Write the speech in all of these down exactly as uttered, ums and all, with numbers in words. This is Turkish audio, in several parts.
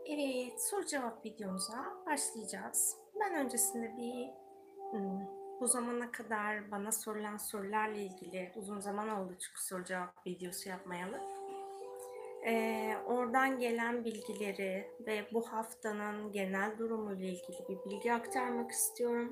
Evet, soru cevap videomuza başlayacağız. Ben öncesinde bir ım, bu zamana kadar bana sorulan sorularla ilgili uzun zaman oldu çünkü soru cevap videosu yapmayalı. Ee, oradan gelen bilgileri ve bu haftanın genel durumuyla ilgili bir bilgi aktarmak istiyorum.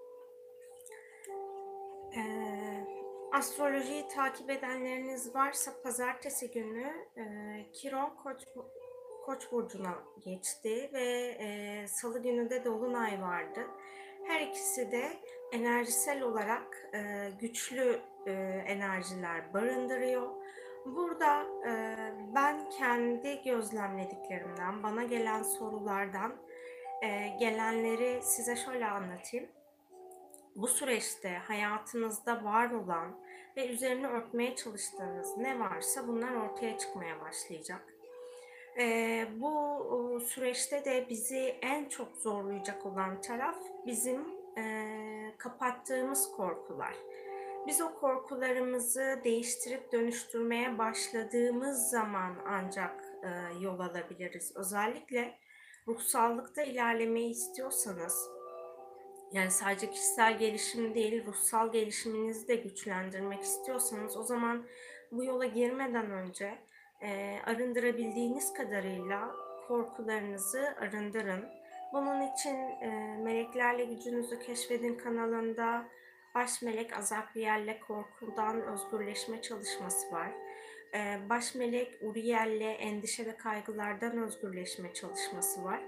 Ee, astrolojiyi takip edenleriniz varsa pazartesi günü e, Kiron Koç, Koç burcuna geçti ve e, Salı günü de Dolunay vardı. Her ikisi de enerjisel olarak e, güçlü e, enerjiler barındırıyor. Burada e, ben kendi gözlemlediklerimden, bana gelen sorulardan e, gelenleri size şöyle anlatayım. Bu süreçte hayatınızda var olan ve üzerine örtmeye çalıştığınız ne varsa bunlar ortaya çıkmaya başlayacak. Ee, bu süreçte de bizi en çok zorlayacak olan taraf bizim e, kapattığımız korkular. Biz o korkularımızı değiştirip dönüştürmeye başladığımız zaman ancak e, yol alabiliriz. Özellikle ruhsallıkta ilerlemeyi istiyorsanız, yani sadece kişisel gelişim değil, ruhsal gelişiminizi de güçlendirmek istiyorsanız o zaman bu yola girmeden önce e, arındırabildiğiniz kadarıyla korkularınızı arındırın. Bunun için e, Meleklerle Gücünüzü Keşfedin kanalında Baş Melek Azrail'le korkudan özgürleşme çalışması var. E, Baş Melek Uriel'le endişe ve kaygılardan özgürleşme çalışması var.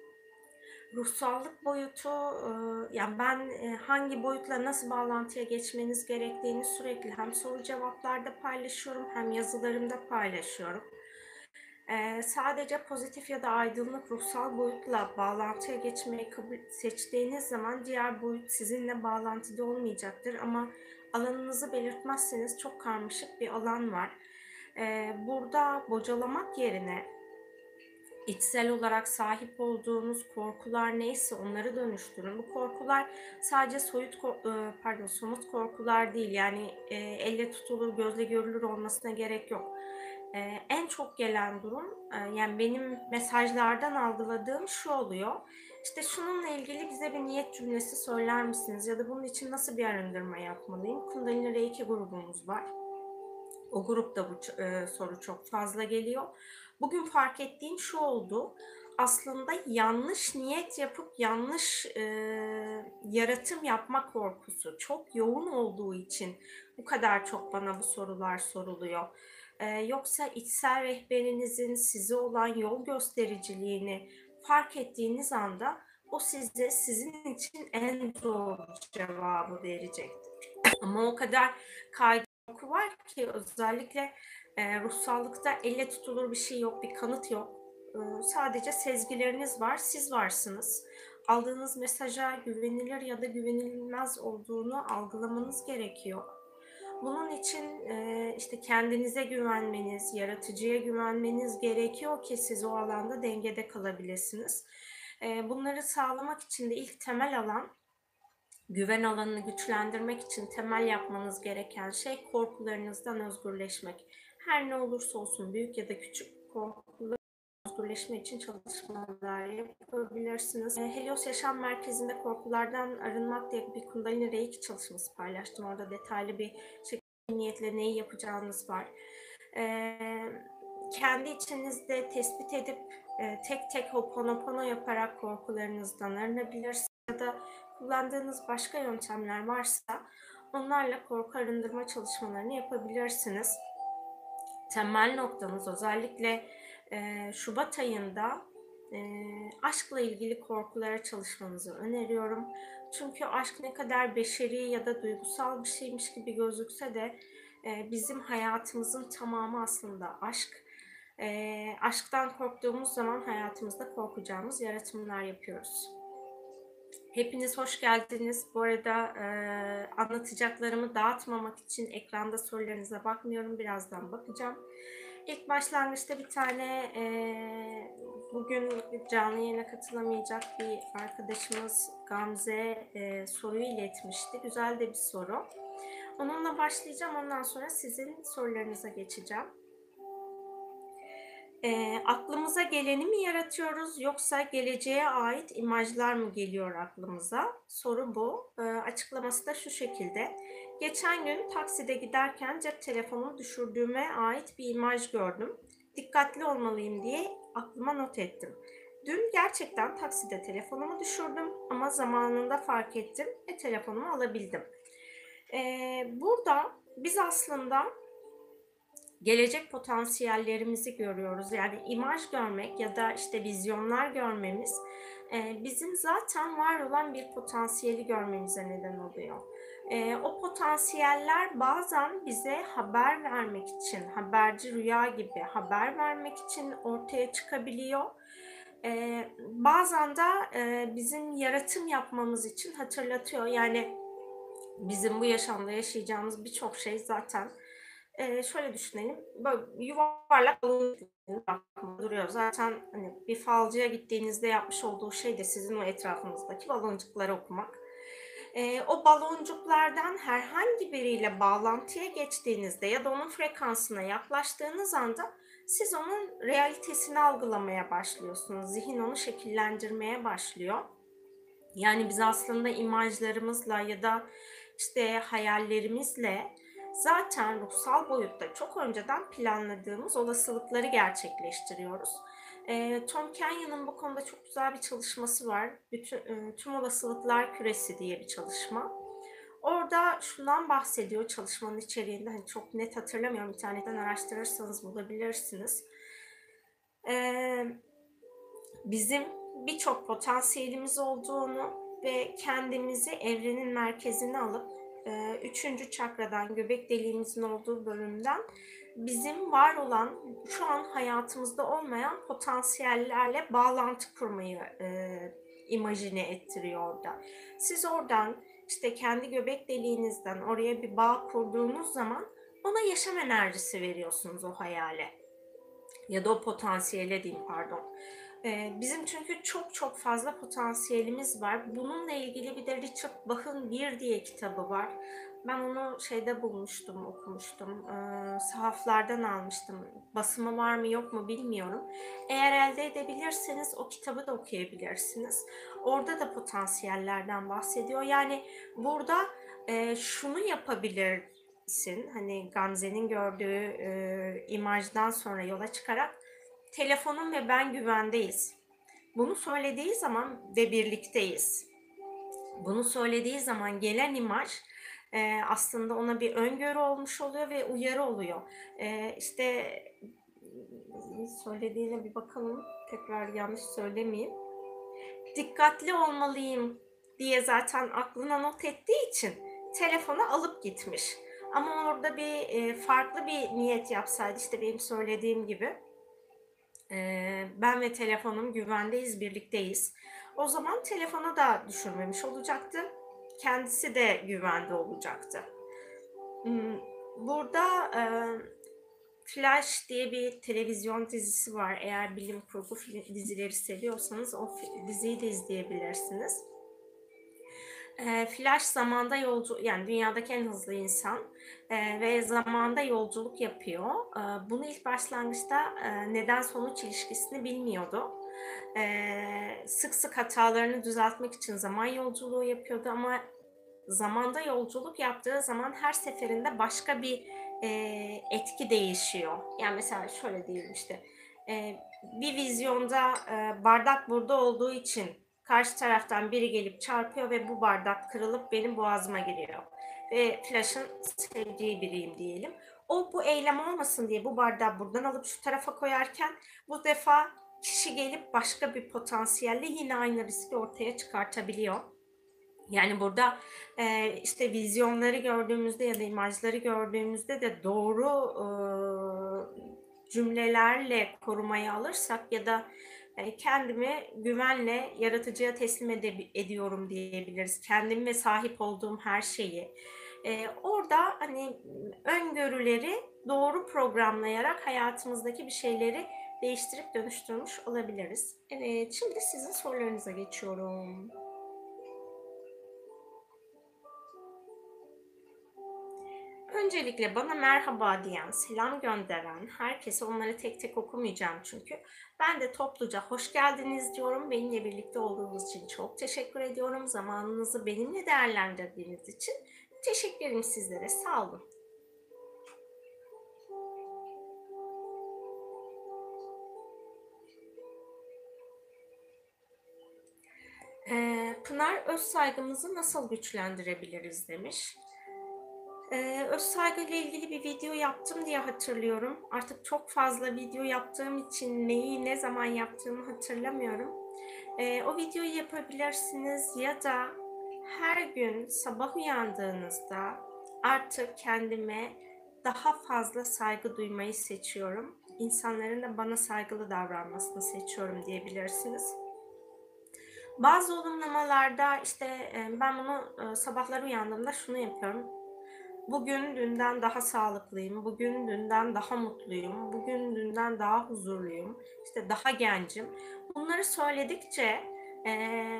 Ruhsallık boyutu, yani ben hangi boyutla nasıl bağlantıya geçmeniz gerektiğini sürekli hem soru cevaplarda paylaşıyorum hem yazılarımda paylaşıyorum. Sadece pozitif ya da aydınlık ruhsal boyutla bağlantıya geçmeyi kabul seçtiğiniz zaman diğer boyut sizinle bağlantıda olmayacaktır. Ama alanınızı belirtmezseniz çok karmaşık bir alan var. Burada bocalamak yerine İçsel olarak sahip olduğunuz korkular neyse onları dönüştürün. Bu korkular sadece soyut, pardon, somut korkular değil. Yani e, elle tutulur, gözle görülür olmasına gerek yok. E, en çok gelen durum, e, yani benim mesajlardan algıladığım şu oluyor. İşte şununla ilgili bize bir niyet cümlesi söyler misiniz? Ya da bunun için nasıl bir arındırma yapmalıyım? Kundalini Reiki grubumuz var. O grupta bu e, soru çok fazla geliyor. Bugün fark ettiğim şu oldu. Aslında yanlış niyet yapıp yanlış e, yaratım yapma korkusu çok yoğun olduğu için bu kadar çok bana bu sorular soruluyor. E, yoksa içsel rehberinizin size olan yol göstericiliğini fark ettiğiniz anda o size sizin için en doğru cevabı verecektir. Ama o kadar kaygı korku var ki özellikle e, ruhsallıkta elle tutulur bir şey yok, bir kanıt yok. E, sadece sezgileriniz var, siz varsınız. Aldığınız mesaja güvenilir ya da güvenilmez olduğunu algılamanız gerekiyor. Bunun için e, işte kendinize güvenmeniz, yaratıcıya güvenmeniz gerekiyor ki siz o alanda dengede kalabilirsiniz. E, bunları sağlamak için de ilk temel alan, güven alanını güçlendirmek için temel yapmanız gereken şey korkularınızdan özgürleşmek. Her ne olursa olsun büyük ya da küçük korkuları özgürleşme için çalışmalar yapabilirsiniz. Helios Yaşam Merkezi'nde korkulardan arınmak diye bir Kundalini Reiki çalışması paylaştım. Orada detaylı bir şekilde niyetle neyi yapacağınız var. Ee, kendi içinizde tespit edip e, tek tek Ho'oponopono yaparak korkularınızdan arınabilirsiniz. Ya da kullandığınız başka yöntemler varsa onlarla korku arındırma çalışmalarını yapabilirsiniz. Temel noktamız özellikle e, Şubat ayında e, aşkla ilgili korkulara çalışmanızı öneriyorum. Çünkü aşk ne kadar beşeri ya da duygusal bir şeymiş gibi gözükse de e, bizim hayatımızın tamamı aslında aşk. E, aşktan korktuğumuz zaman hayatımızda korkacağımız yaratımlar yapıyoruz. Hepiniz hoş geldiniz. Bu arada e, anlatacaklarımı dağıtmamak için ekranda sorularınıza bakmıyorum. Birazdan bakacağım. İlk başlangıçta bir tane e, bugün canlı yayına katılamayacak bir arkadaşımız Gamze e, soruyu iletmişti. Güzel de bir soru. Onunla başlayacağım. Ondan sonra sizin sorularınıza geçeceğim. Eee, aklımıza geleni mi yaratıyoruz yoksa geleceğe ait imajlar mı geliyor aklımıza? Soru bu. Eee, açıklaması da şu şekilde. Geçen gün takside giderken cep telefonumu düşürdüğüme ait bir imaj gördüm. Dikkatli olmalıyım diye aklıma not ettim. Dün gerçekten takside telefonumu düşürdüm ama zamanında fark ettim ve telefonumu alabildim. Eee, burada biz aslında gelecek potansiyellerimizi görüyoruz. Yani imaj görmek ya da işte vizyonlar görmemiz e, bizim zaten var olan bir potansiyeli görmemize neden oluyor. E, o potansiyeller bazen bize haber vermek için, haberci rüya gibi haber vermek için ortaya çıkabiliyor. E, bazen de e, bizim yaratım yapmamız için hatırlatıyor. Yani bizim bu yaşamda yaşayacağımız birçok şey zaten e, şöyle düşünelim. Böyle yuvarlak balon duruyor. Zaten hani bir falcıya gittiğinizde yapmış olduğu şey de sizin o etrafınızdaki baloncukları okumak. E, o baloncuklardan herhangi biriyle bağlantıya geçtiğinizde ya da onun frekansına yaklaştığınız anda siz onun realitesini algılamaya başlıyorsunuz. Zihin onu şekillendirmeye başlıyor. Yani biz aslında imajlarımızla ya da işte hayallerimizle zaten ruhsal boyutta çok önceden planladığımız olasılıkları gerçekleştiriyoruz. E, Tom Kenyon'un bu konuda çok güzel bir çalışması var. Bütün, e, Tüm Olasılıklar Küresi diye bir çalışma. Orada şundan bahsediyor çalışmanın içeriğinde. Hani çok net hatırlamıyorum. İnternetten araştırırsanız bulabilirsiniz. Ee, Bizim birçok potansiyelimiz olduğunu ve kendimizi evrenin merkezine alıp e, üçüncü çakradan, göbek deliğimizin olduğu bölümden bizim var olan, şu an hayatımızda olmayan potansiyellerle bağlantı kurmayı e, imajine ettiriyor orada. Siz oradan işte kendi göbek deliğinizden oraya bir bağ kurduğunuz zaman ona yaşam enerjisi veriyorsunuz o hayale. Ya da o potansiyele diyeyim, pardon. Ee, bizim çünkü çok çok fazla potansiyelimiz var. Bununla ilgili bir de Richard Bach'ın Bir diye kitabı var. Ben onu şeyde bulmuştum, okumuştum. Ee, sahaflardan almıştım. Basımı var mı yok mu bilmiyorum. Eğer elde edebilirseniz o kitabı da okuyabilirsiniz. Orada da potansiyellerden bahsediyor. Yani burada e, şunu yapabilirsin. Hani Gamze'nin gördüğü e, imajdan sonra yola çıkarak telefonum ve ben güvendeyiz. Bunu söylediği zaman ve birlikteyiz. Bunu söylediği zaman gelen imaj e, aslında ona bir öngörü olmuş oluyor ve uyarı oluyor. E, işte söylediğine bir bakalım. Tekrar yanlış söylemeyeyim. Dikkatli olmalıyım diye zaten aklına not ettiği için telefonu alıp gitmiş. Ama orada bir e, farklı bir niyet yapsaydı, işte benim söylediğim gibi, Ee, ben ve telefonum güvendeyiz, birlikteyiz. O zaman telefona da düşürmemiş olacaktı. Kendisi de güvende olacaktı. Hmm, Burada e, Flash diye bir televizyon dizisi var. Eğer bilim kurgu dizileri seviyorsanız o diziyi de izleyebilirsiniz. E, Flash zamanda yolcu, yani dünyadaki en hızlı insan e, ve zamanda yolculuk yapıyor. E, bunu ilk başlangıçta e, neden sonuç ilişkisini bilmiyordu. E, sık sık hatalarını düzeltmek için zaman yolculuğu yapıyordu ama zamanda yolculuk yaptığı zaman her seferinde başka bir e, etki değişiyor. Yani mesela şöyle diyelim, işte e, bir vizyonda e, bardak burada olduğu için karşı taraftan biri gelip çarpıyor ve bu bardak kırılıp benim boğazıma giriyor. Ve Flash'ın sevdiği biriyim diyelim. O bu eylem olmasın diye bu bardağı buradan alıp şu tarafa koyarken bu defa kişi gelip başka bir potansiyelle yine aynı riski ortaya çıkartabiliyor. Yani burada e, işte vizyonları gördüğümüzde ya da imajları gördüğümüzde de doğru e, cümlelerle korumaya alırsak ya da e, kendimi güvenle yaratıcıya teslim ede- ediyorum diyebiliriz. Kendimi ve sahip olduğum her şeyi. E, orada hani öngörüleri doğru programlayarak hayatımızdaki bir şeyleri değiştirip dönüştürmüş olabiliriz. Evet, şimdi sizin sorularınıza geçiyorum. Öncelikle bana merhaba diyen, selam gönderen herkese, onları tek tek okumayacağım çünkü. Ben de topluca hoş geldiniz diyorum. Benimle birlikte olduğunuz için çok teşekkür ediyorum. Zamanınızı benimle değerlendirdiğiniz için teşekkür ederim sizlere. Sağ olun. Ee, Pınar, öz saygımızı nasıl güçlendirebiliriz demiş. Ee, öz saygı ile ilgili bir video yaptım diye hatırlıyorum. Artık çok fazla video yaptığım için neyi ne zaman yaptığımı hatırlamıyorum. Ee, o videoyu yapabilirsiniz ya da her gün sabah uyandığınızda artık kendime daha fazla saygı duymayı seçiyorum. İnsanların da bana saygılı davranmasını seçiyorum diyebilirsiniz. Bazı olumlamalarda işte e, ben bunu e, sabahları uyandığımda şunu yapıyorum. Bugün dünden daha sağlıklıyım, bugün dünden daha mutluyum, bugün dünden daha huzurluyum, işte daha gencim. Bunları söyledikçe e,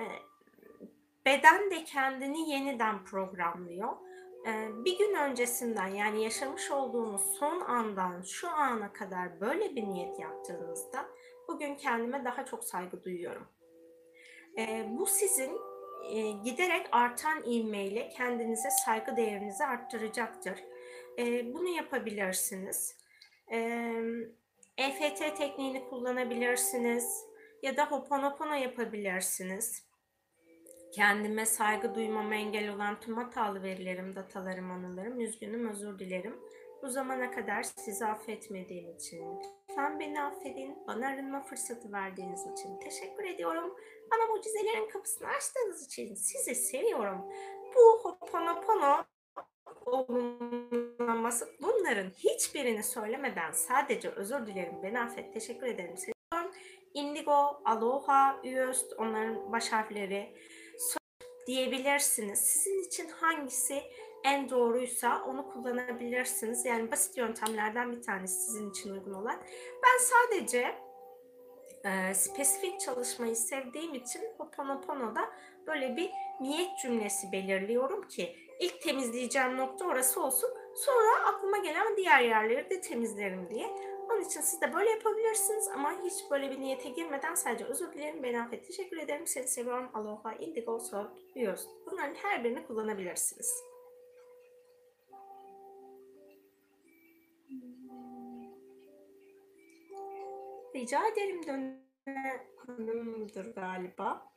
beden de kendini yeniden programlıyor. E, bir gün öncesinden, yani yaşamış olduğunuz son andan şu ana kadar böyle bir niyet yaptığınızda bugün kendime daha çok saygı duyuyorum. E, bu sizin e, giderek artan ivmeyle kendinize saygı değerinizi arttıracaktır. E, bunu yapabilirsiniz. E, E F T tekniğini kullanabilirsiniz ya da Ho'oponopono yapabilirsiniz. Kendime saygı duymama engel olan tüm hatalı verilerim, datalarım, anılarım, üzgünüm, özür dilerim. Bu zamana kadar sizi affetmediğim için lütfen beni affedin. Bana arınma fırsatı verdiğiniz için teşekkür ediyorum. Bana mucizelerin kapısını açtığınız için sizi seviyorum. Bu Ho'oponopono olumlaması, bunların hiçbirini söylemeden sadece özür dilerim, beni affet, teşekkür ederim, seviyorum. Indigo, Aloha, Üöst, onların baş harfleri diyebilirsiniz. Sizin için hangisi en doğruysa onu kullanabilirsiniz. Yani basit yöntemlerden bir tanesi sizin için uygun olan. Ben sadece e, spesifik çalışmayı sevdiğim için Ho'oponopono'da böyle bir niyet cümlesi belirliyorum ki ilk temizleyeceğim nokta orası olsun. Sonra aklıma gelen diğer yerleri de temizlerim diye. Onun için siz de böyle yapabilirsiniz ama hiç böyle bir niyete girmeden sadece özür dilerim, beni affet, teşekkür ederim, seni seviyorum, aloha, indigo, so, diyoruz. Bunların her birini kullanabilirsiniz. Rica ederim, dönme hanımdır galiba.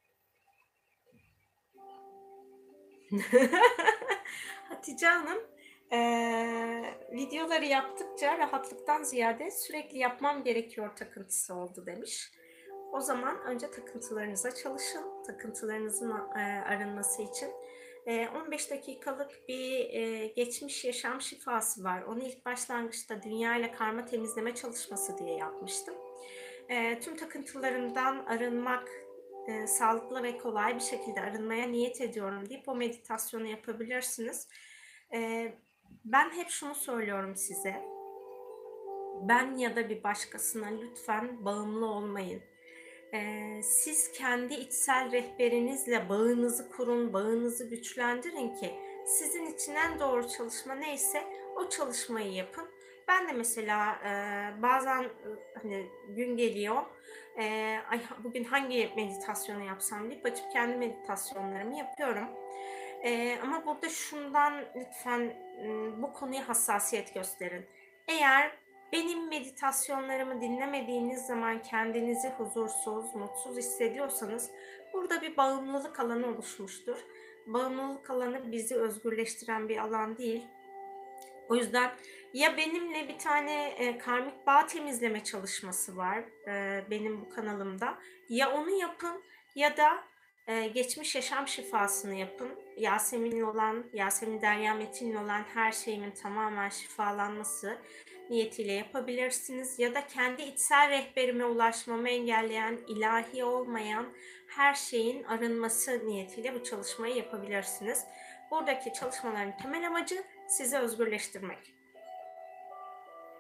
Hatice Hanım, ee, videoları yaptıkça rahatlıktan ziyade sürekli yapmam gerekiyor takıntısı oldu demiş. O zaman önce takıntılarınıza çalışın. Takıntılarınızın e, arınması için e, on beş dakikalık bir e, geçmiş yaşam şifası var. Onu ilk başlangıçta dünya ile karma temizleme çalışması diye yapmıştım. E, tüm takıntılarımdan arınmak, e, sağlıklı ve kolay bir şekilde arınmaya niyet ediyorum deyip o meditasyonu yapabilirsiniz. E, ben hep şunu söylüyorum size. Ben ya da bir başkasına lütfen bağımlı olmayın. Ee, siz kendi içsel rehberinizle bağınızı kurun, bağınızı güçlendirin ki sizin için en doğru çalışma neyse o çalışmayı yapın. Ben de mesela e, bazen e, hani gün geliyor, e, ay bugün hangi meditasyonu yapsam deyip açıp kendi meditasyonlarımı yapıyorum. E, ama burada şundan lütfen m, bu konuya hassasiyet gösterin. Eğer benim meditasyonlarımı dinlemediğiniz zaman kendinizi huzursuz, mutsuz hissediyorsanız burada bir bağımlılık alanı oluşmuştur. Bağımlılık alanı bizi özgürleştiren bir alan değil. O yüzden ya benimle bir tane e, karmik bağ temizleme çalışması var e, benim bu kanalımda. Ya onu yapın ya da e, geçmiş yaşam şifasını yapın. Yasemin'le olan, Yasemin Derya Metin'le olan her şeyimin tamamen şifalanması niyetiyle yapabilirsiniz. Ya da kendi içsel rehberime ulaşmamı engelleyen, ilahi olmayan her şeyin arınması niyetiyle bu çalışmayı yapabilirsiniz. Buradaki çalışmaların temel amacı sizi özgürleştirmek.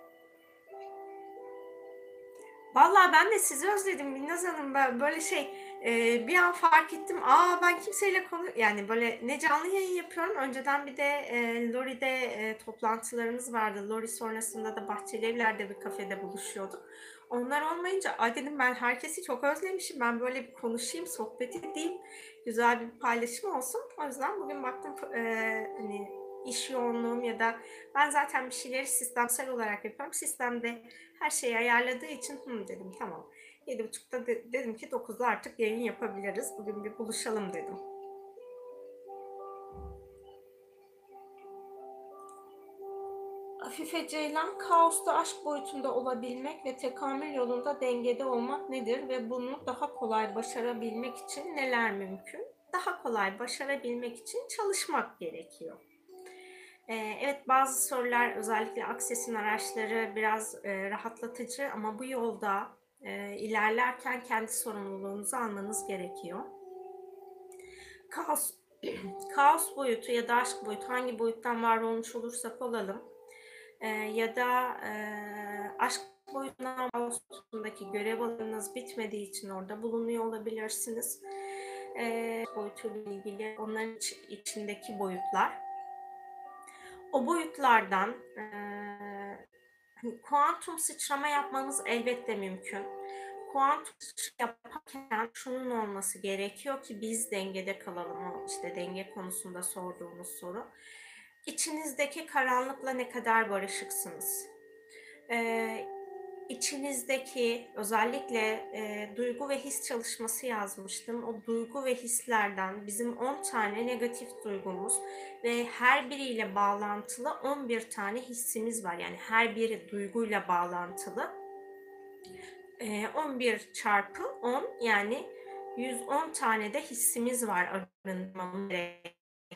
Vallahi ben de sizi özledim Binnaz Hanım. Böyle şey, Eee, bir an fark ettim. Aa ben kimseyle konu yani böyle ne canlı yayın yapıyorum. Önceden bir de e, Lori'de e, toplantılarımız vardı. Lori sonrasında da Bahçelievler'de bir kafede buluşuyorduk. Onlar olmayınca ay dedim ben herkesi çok özlemişim. Ben böyle bir konuşayım, sohbet edeyim. Güzel bir paylaşım olsun. O yüzden bugün baktım e, hani iş yoğunluğum ya da ben zaten bir şeyleri sistemsel olarak yapıyorum. Sistemde her şeyi ayarladığı için hı dedim tamam. Yedi buçukta de, dedim ki dokuzda artık yayın yapabiliriz. Bugün bir buluşalım dedim. Afife Ceylan, kaosta aşk boyutunda olabilmek ve tekamül yolunda dengede olmak nedir ve bunu daha kolay başarabilmek için neler mümkün? Daha kolay başarabilmek için çalışmak gerekiyor. Ee, evet bazı sorular özellikle Akses'in araçları biraz e, rahatlatıcı ama bu yolda e, ilerlerken kendi sorumluluğunuzu almanız gerekiyor. Kaos, kaos boyutu ya da aşk boyutu hangi boyuttan var olmuş olursak olalım e, ya da e, aşk boyutundan kaosundaki görev alanınız bitmediği için orada bulunuyor olabilirsiniz. E, boyutuyla ilgili onların iç, içindeki boyutlar. O boyutlardan e, hani kuantum sıçrama yapmamız elbette mümkün. Kuantum sıçrama yaparken şunun olması gerekiyor ki biz dengede kalalım. O işte denge konusunda sorduğumuz soru. İçinizdeki karanlıkla ne kadar barışıksınız? Ee, içinizdeki özellikle e, duygu ve his çalışması yazmıştım. O duygu ve hislerden bizim on tane negatif duygumuz ve her biriyle bağlantılı on bir tane hissimiz var. Yani her biri duyguyla bağlantılı. E, on bir çarpı on yani yüz on tane de hissimiz var arındırmamız gereken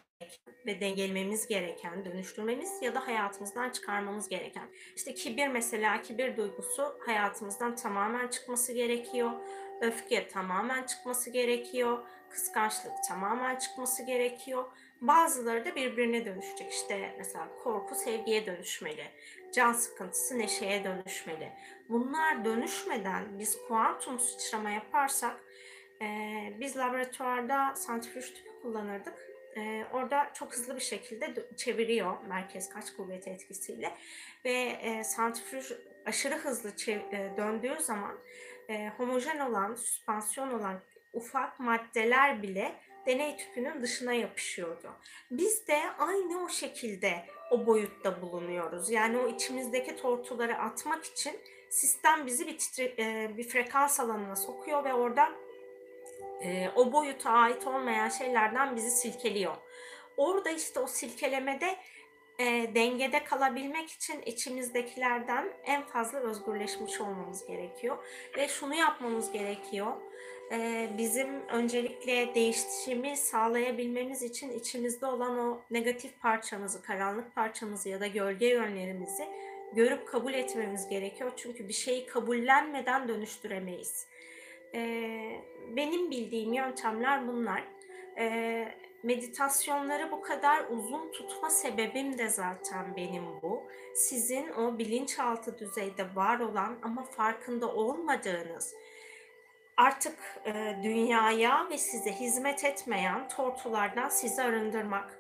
ve dengelememiz gereken, dönüştürmemiz ya da hayatımızdan çıkarmamız gereken. İşte kibir mesela, kibir duygusu hayatımızdan tamamen çıkması gerekiyor. Öfke tamamen çıkması gerekiyor. Kıskançlık tamamen çıkması gerekiyor. Bazıları da birbirine dönüşecek. İşte mesela korku sevgiye dönüşmeli. Can sıkıntısı neşeye dönüşmeli. Bunlar dönüşmeden biz kuantum sıçrama yaparsak e, biz laboratuvarda santrifüj tüpü kullanırdık. Ee, orada çok hızlı bir şekilde çeviriyor merkez kaç kuvveti etkisiyle ve e, santrifüj aşırı hızlı e, döndüğü zaman e, homojen olan, süspansiyon olan ufak maddeler bile deney tüpünün dışına yapışıyordu. Biz de aynı o şekilde o boyutta bulunuyoruz. Yani o içimizdeki tortuları atmak için sistem bizi bir, titre, e, bir frekans alanına sokuyor ve orada e, o boyuta ait olmayan şeylerden bizi silkeliyor. Orada işte o silkelemede e, dengede kalabilmek için içimizdekilerden en fazla özgürleşmiş olmamız gerekiyor. Ve şunu yapmamız gerekiyor. E, bizim öncelikle değişimi sağlayabilmemiz için içimizde olan o negatif parçamızı, karanlık parçamızı ya da gölge yönlerimizi görüp kabul etmemiz gerekiyor. Çünkü bir şeyi kabullenmeden dönüştüremeyiz. Ee, benim bildiğim yöntemler bunlar. Ee, meditasyonları bu kadar uzun tutma sebebim de zaten benim bu. Sizin o bilinçaltı düzeyde var olan ama farkında olmadığınız artık e, dünyaya ve size hizmet etmeyen tortulardan sizi arındırmak.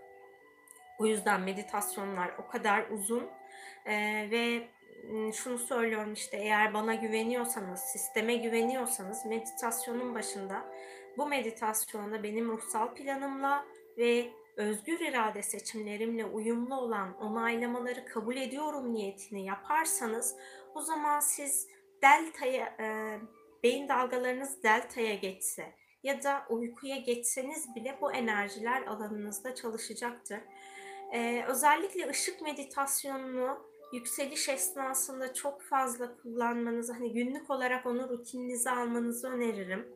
O yüzden meditasyonlar o kadar uzun ee, ve şunu söylüyorum işte eğer bana güveniyorsanız, sisteme güveniyorsanız meditasyonun başında bu meditasyonda benim ruhsal planımla ve özgür irade seçimlerimle uyumlu olan onaylamaları kabul ediyorum niyetini yaparsanız o zaman siz deltaya, e, beyin dalgalarınız deltaya geçse ya da uykuya geçseniz bile bu enerjiler alanınızda çalışacaktır. Ee, özellikle ışık meditasyonunu yükseliş esnasında çok fazla kullanmanızı, hani günlük olarak onu rutininize almanızı öneririm.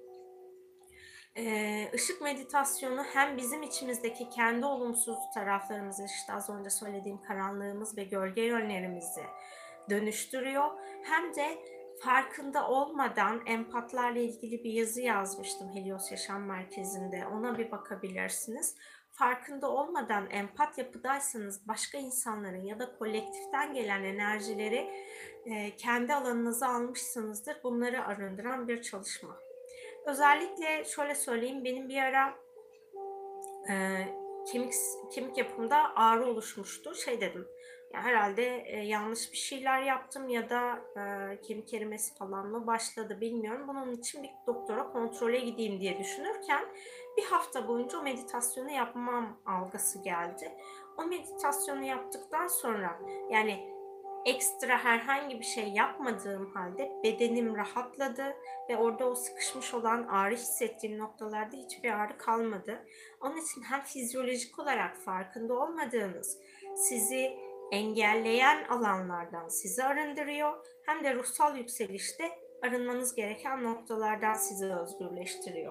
Ee, ışık meditasyonu hem bizim içimizdeki kendi olumsuz taraflarımızı, işte az önce söylediğim karanlığımız ve gölge yönlerimizi dönüştürüyor. Hem de farkında olmadan empatlarla ilgili bir yazı yazmıştım Helios Yaşam Merkezi'nde. Ona bir bakabilirsiniz. Farkında olmadan empat yapıdaysanız başka insanların ya da kolektiften gelen enerjileri e, kendi alanınıza almışsınızdır. Bunları arındıran bir çalışma. Özellikle şöyle söyleyeyim, benim bir ara Eee, kemik kemik yapımda ağrı oluşmuştu. Şey dedim, ya herhalde eee, yanlış bir şeyler yaptım ya da eee, kemik erimesi falan mı başladı bilmiyorum. Bunun için bir doktora kontrole gideyim diye düşünürken bir hafta boyunca o meditasyonu yapmam algısı geldi. O meditasyonu yaptıktan sonra yani ekstra herhangi bir şey yapmadığım halde bedenim rahatladı ve orada o sıkışmış olan ağrı hissettiğim noktalarda hiçbir ağrı kalmadı. Onun için hem fizyolojik olarak farkında olmadığınız, sizi engelleyen alanlardan sizi arındırıyor, hem de ruhsal yükselişte arınmanız gereken noktalardan sizi özgürleştiriyor.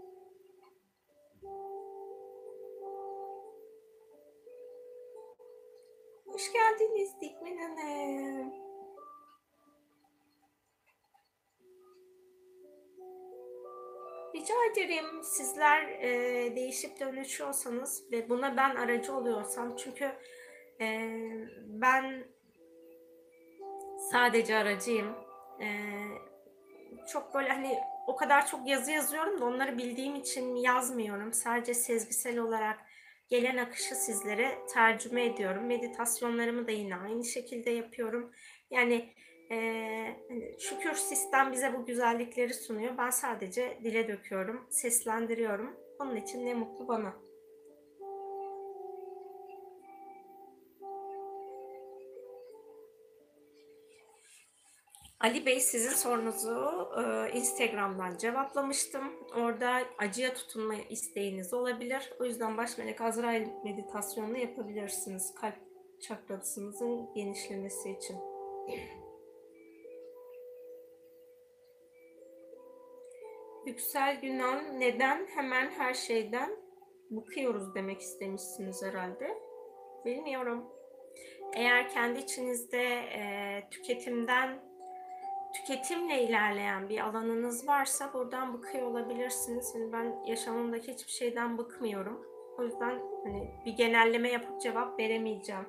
Hoş geldiniz Dikmen Hanım. Rica ederim. Sizler e, değişip dönüşüyorsanız ve buna ben aracı oluyorsam, çünkü e, ben sadece aracıyım. E, çok böyle hani o kadar çok yazı yazıyorum da onları bildiğim için yazmıyorum. Sadece sezgisel olarak gelen akışı sizlere tercüme ediyorum. Meditasyonlarımı da yine aynı şekilde yapıyorum. Yani ee, şükür sistem bize bu güzellikleri sunuyor. Ben sadece dile döküyorum, seslendiriyorum. Onun için ne mutlu bana. Ali Bey, sizin sorunuzu e, Instagram'dan cevaplamıştım. Orada acıya tutunma isteğiniz olabilir. O yüzden baş melek Azrail meditasyonunu yapabilirsiniz. Kalp çakrasınızın genişlemesi için. Yüksel Günan, neden hemen her şeyden bıkıyoruz demek istemişsiniz herhalde. Bilmiyorum. Eğer kendi içinizde e, tüketimden, tüketimle ilerleyen bir alanınız varsa buradan bıkıyor olabilirsiniz. Yani ben yaşamımdaki hiçbir şeyden bıkmıyorum. O yüzden hani bir genelleme yapıp cevap veremeyeceğim.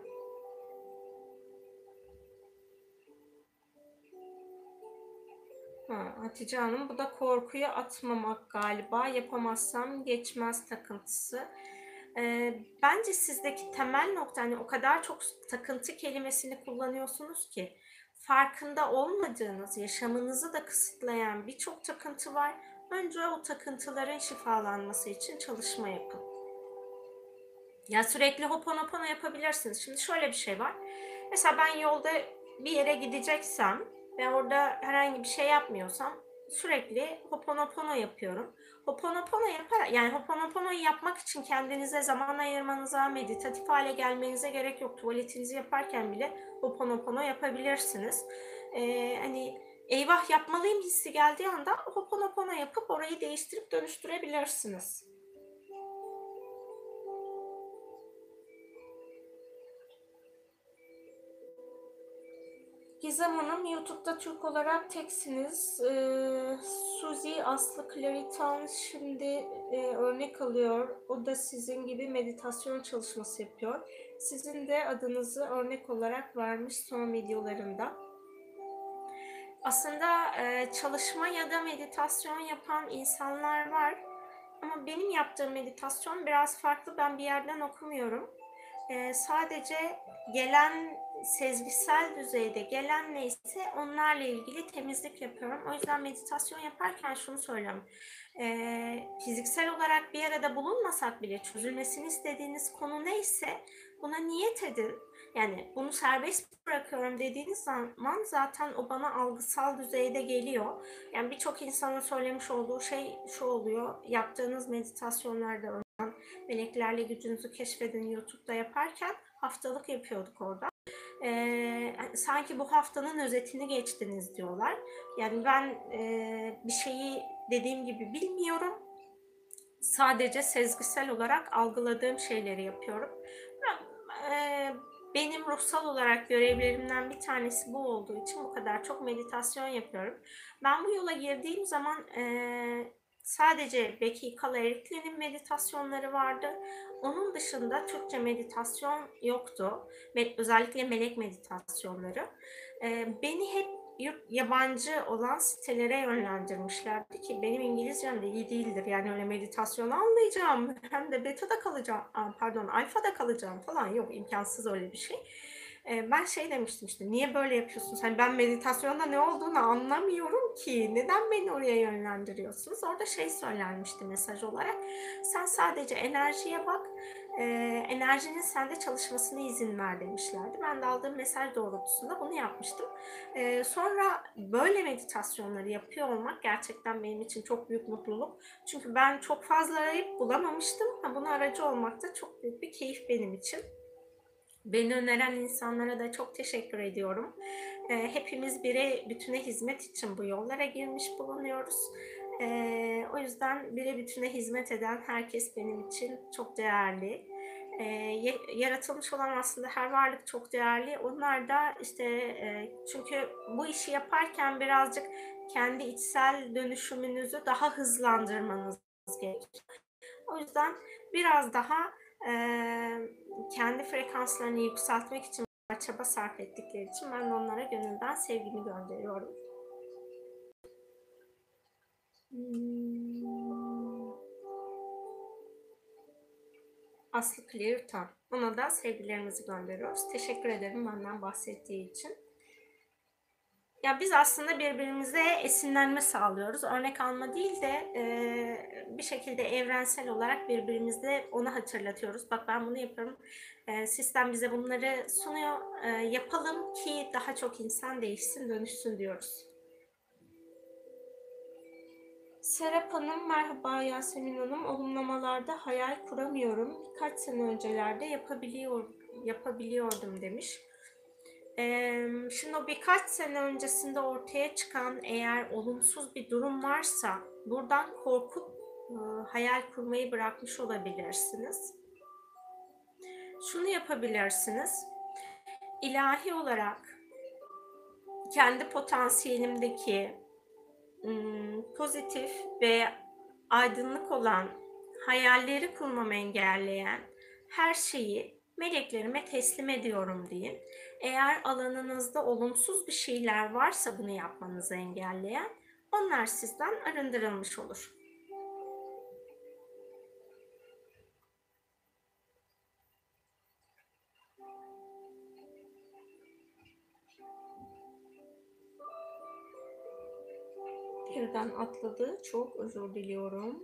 Ha, Hatice Hanım, bu da korkuyu atmamak galiba. Yapamazsam geçmez takıntısı. Ee, bence sizdeki temel nokta, hani o kadar çok takıntı kelimesini kullanıyorsunuz ki farkında olmadığınız, yaşamınızı da kısıtlayan birçok takıntı var. Önce o takıntıların şifalanması için çalışma yapın. Ya sürekli hoponopono yapabilirsiniz. Şimdi şöyle bir şey var. Mesela ben yolda bir yere gideceksem ve orada herhangi bir şey yapmıyorsam sürekli hoponopono yapıyorum. Hoponopono yapar, yani hoponoponoyu yapmak için kendinize zaman ayırmanıza, meditatif hale gelmenize gerek yok. Tuvaletinizi yaparken bile hoponopono yapabilirsiniz. Ee, hani eyvah yapmalıyım hissi geldiği anda hoponopono yapıp orayı değiştirip dönüştürebilirsiniz. Gizem Hanım, YouTube'da Türk olarak teksiniz. Ee, Suzy Aslı Claritan şimdi e, örnek alıyor. O da sizin gibi meditasyon çalışması yapıyor. Sizin de adınızı örnek olarak vermiş son videolarında. Aslında e, çalışma ya da meditasyon yapan insanlar var. Ama benim yaptığım meditasyon biraz farklı. Ben bir yerden okumuyorum. Ee, sadece gelen sezgisel düzeyde gelen neyse onlarla ilgili temizlik yapıyorum. O yüzden meditasyon yaparken şunu söylüyorum. Ee, fiziksel olarak bir arada bulunmasak bile çözülmesini istediğiniz konu neyse buna niyet edin. Yani bunu serbest bırakıyorum dediğiniz zaman zaten o bana algısal düzeyde geliyor. Yani birçok insanın söylemiş olduğu şey şu oluyor. Yaptığınız meditasyonlarda, Meleklerle Gücünüzü Keşfedin YouTube'da yaparken haftalık yapıyorduk orada. Ee, sanki bu haftanın özetini geçtiniz diyorlar. Yani ben e, bir şeyi dediğim gibi bilmiyorum. Sadece sezgisel olarak algıladığım şeyleri yapıyorum. Ben, e, benim ruhsal olarak görevlerimden bir tanesi bu olduğu için bu kadar çok meditasyon yapıyorum. Ben bu yola girdiğim zaman e, sadece Becky Kala Erikli'nin meditasyonları vardı. Onun dışında Türkçe meditasyon yoktu. Özellikle melek meditasyonları. E, beni hep yurt yabancı olan sitelere yönlendirmişlerdi ki benim İngilizcem de iyi değildir. Yani öyle meditasyon almayacağım hem de beta'da kalacağım, aaa, pardon alfada kalacağım falan yok, imkânsız öyle bir şey. Eee, ben şey demiştim işte, "Niye böyle yapıyorsunuz? Hani ben meditasyonda ne olduğunu anlamıyorum ki. Neden beni oraya yönlendiriyorsunuz?" Orada şey söylenmişti mesaj olarak, "Sen sadece enerjiye bak, eee, enerjinin sende çalışmasına izin ver." demişlerdi. Ben de aldığım mesaj doğrultusunda bunu yapmıştım. Eee, sonra böyle meditasyonları yapıyor olmak gerçekten benim için çok büyük mutluluk. Çünkü ben çok fazla arayıp bulamamıştım. Ha, buna aracı olmak da çok büyük bir keyif benim için. Beni öneren insanlara da çok teşekkür ediyorum. Eee, hepimiz bire bütüne hizmet için bu yollara girmiş bulunuyoruz. Eee, o yüzden bire bütüne hizmet eden herkes benim için çok değerli. Eee, ye yaratılmış olan aslında her varlık çok değerli. Onlar da işte, eee, çünkü bu işi yaparken birazcık kendi içsel dönüşümünüzü daha hızlandırmanız gerekiyor. O yüzden biraz daha, eee, kendi frekanslarını yükseltmek için çaba sarf ettikleri için ben de onlara gönülden sevgimi gönderiyorum. Hımm. Aslı Clear'tan. Ona da sevgilerimizi gönderiyoruz. Teşekkür ederim benden bahsettiği için. Ya, biz aslında birbirimize esinlenme sağlıyoruz. Örnek alma değil de, eee, bir şekilde evrensel olarak birbirimize onu hatırlatıyoruz. "Bak, ben bunu yapıyorum, eee, sistem bize bunları sunuyor, eee, yapalım ki daha çok insan değişsin, dönüşsün." diyoruz. Serap Hanım, merhaba Yasemin Hanım. Olumlamalarda hayal kuramıyorum. Birkaç sene öncelerde yapabiliyor yapabiliyordum demiş. Emm, şimdi o birkaç sene öncesinde ortaya çıkan eğer olumsuz bir durum varsa buradan korkup, ııı, hayal kurmayı bırakmış olabilirsiniz. Şunu yapabilirsiniz, ilahi olarak kendi potansiyelimdeki, ımm, pozitif ve aydınlık olan, hayalleri kurmamı engelleyen her şeyi meleklerime teslim ediyorum deyin. Eğer alanınızda olumsuz bir şeyler varsa bunu yapmanızı engelleyen, onlar sizden arındırılmış olur. Birden atladı, çok özür diliyorum.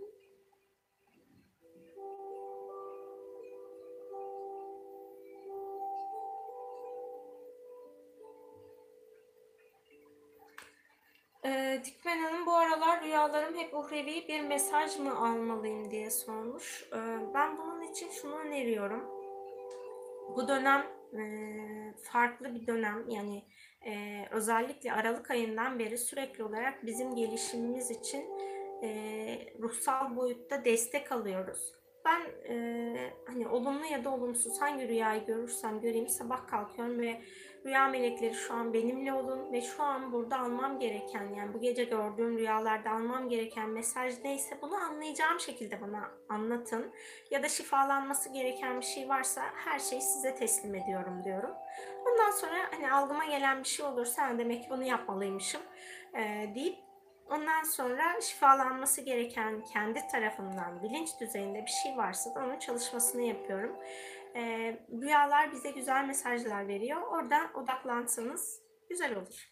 Eee, Dikmen Hanım bu aralar rüyalarım hep uhrevi bir mesaj mı almalıyım diye sormuş. Eee, ben bunun için şunu öneriyorum. Bu dönem eee, farklı bir dönem yani eee, özellikle Aralık ayından beri sürekli olarak bizim gelişimimiz için eee, ruhsal boyutta destek alıyoruz. Ben eee, hani olumlu ya da olumsuz hangi rüyayı görürsem göreyim sabah kalkıyorum ve rüya melekleri şu an benimle olun ve şu an burada almam gereken yani bu gece gördüğüm rüyalarda almam gereken mesaj neyse bunu anlayacağım şekilde bana anlatın. Ya da şifalanması gereken bir şey varsa her şeyi size teslim ediyorum diyorum. Ondan sonra hani algıma gelen bir şey olursa demek ki bunu yapmalıymışım e, deyip ondan sonra şifalanması gereken kendi tarafımdan bilinç düzeyinde bir şey varsa da onun çalışmasını yapıyorum. E, rüyalar bize güzel mesajlar veriyor. Oradan odaklansanız güzel olur.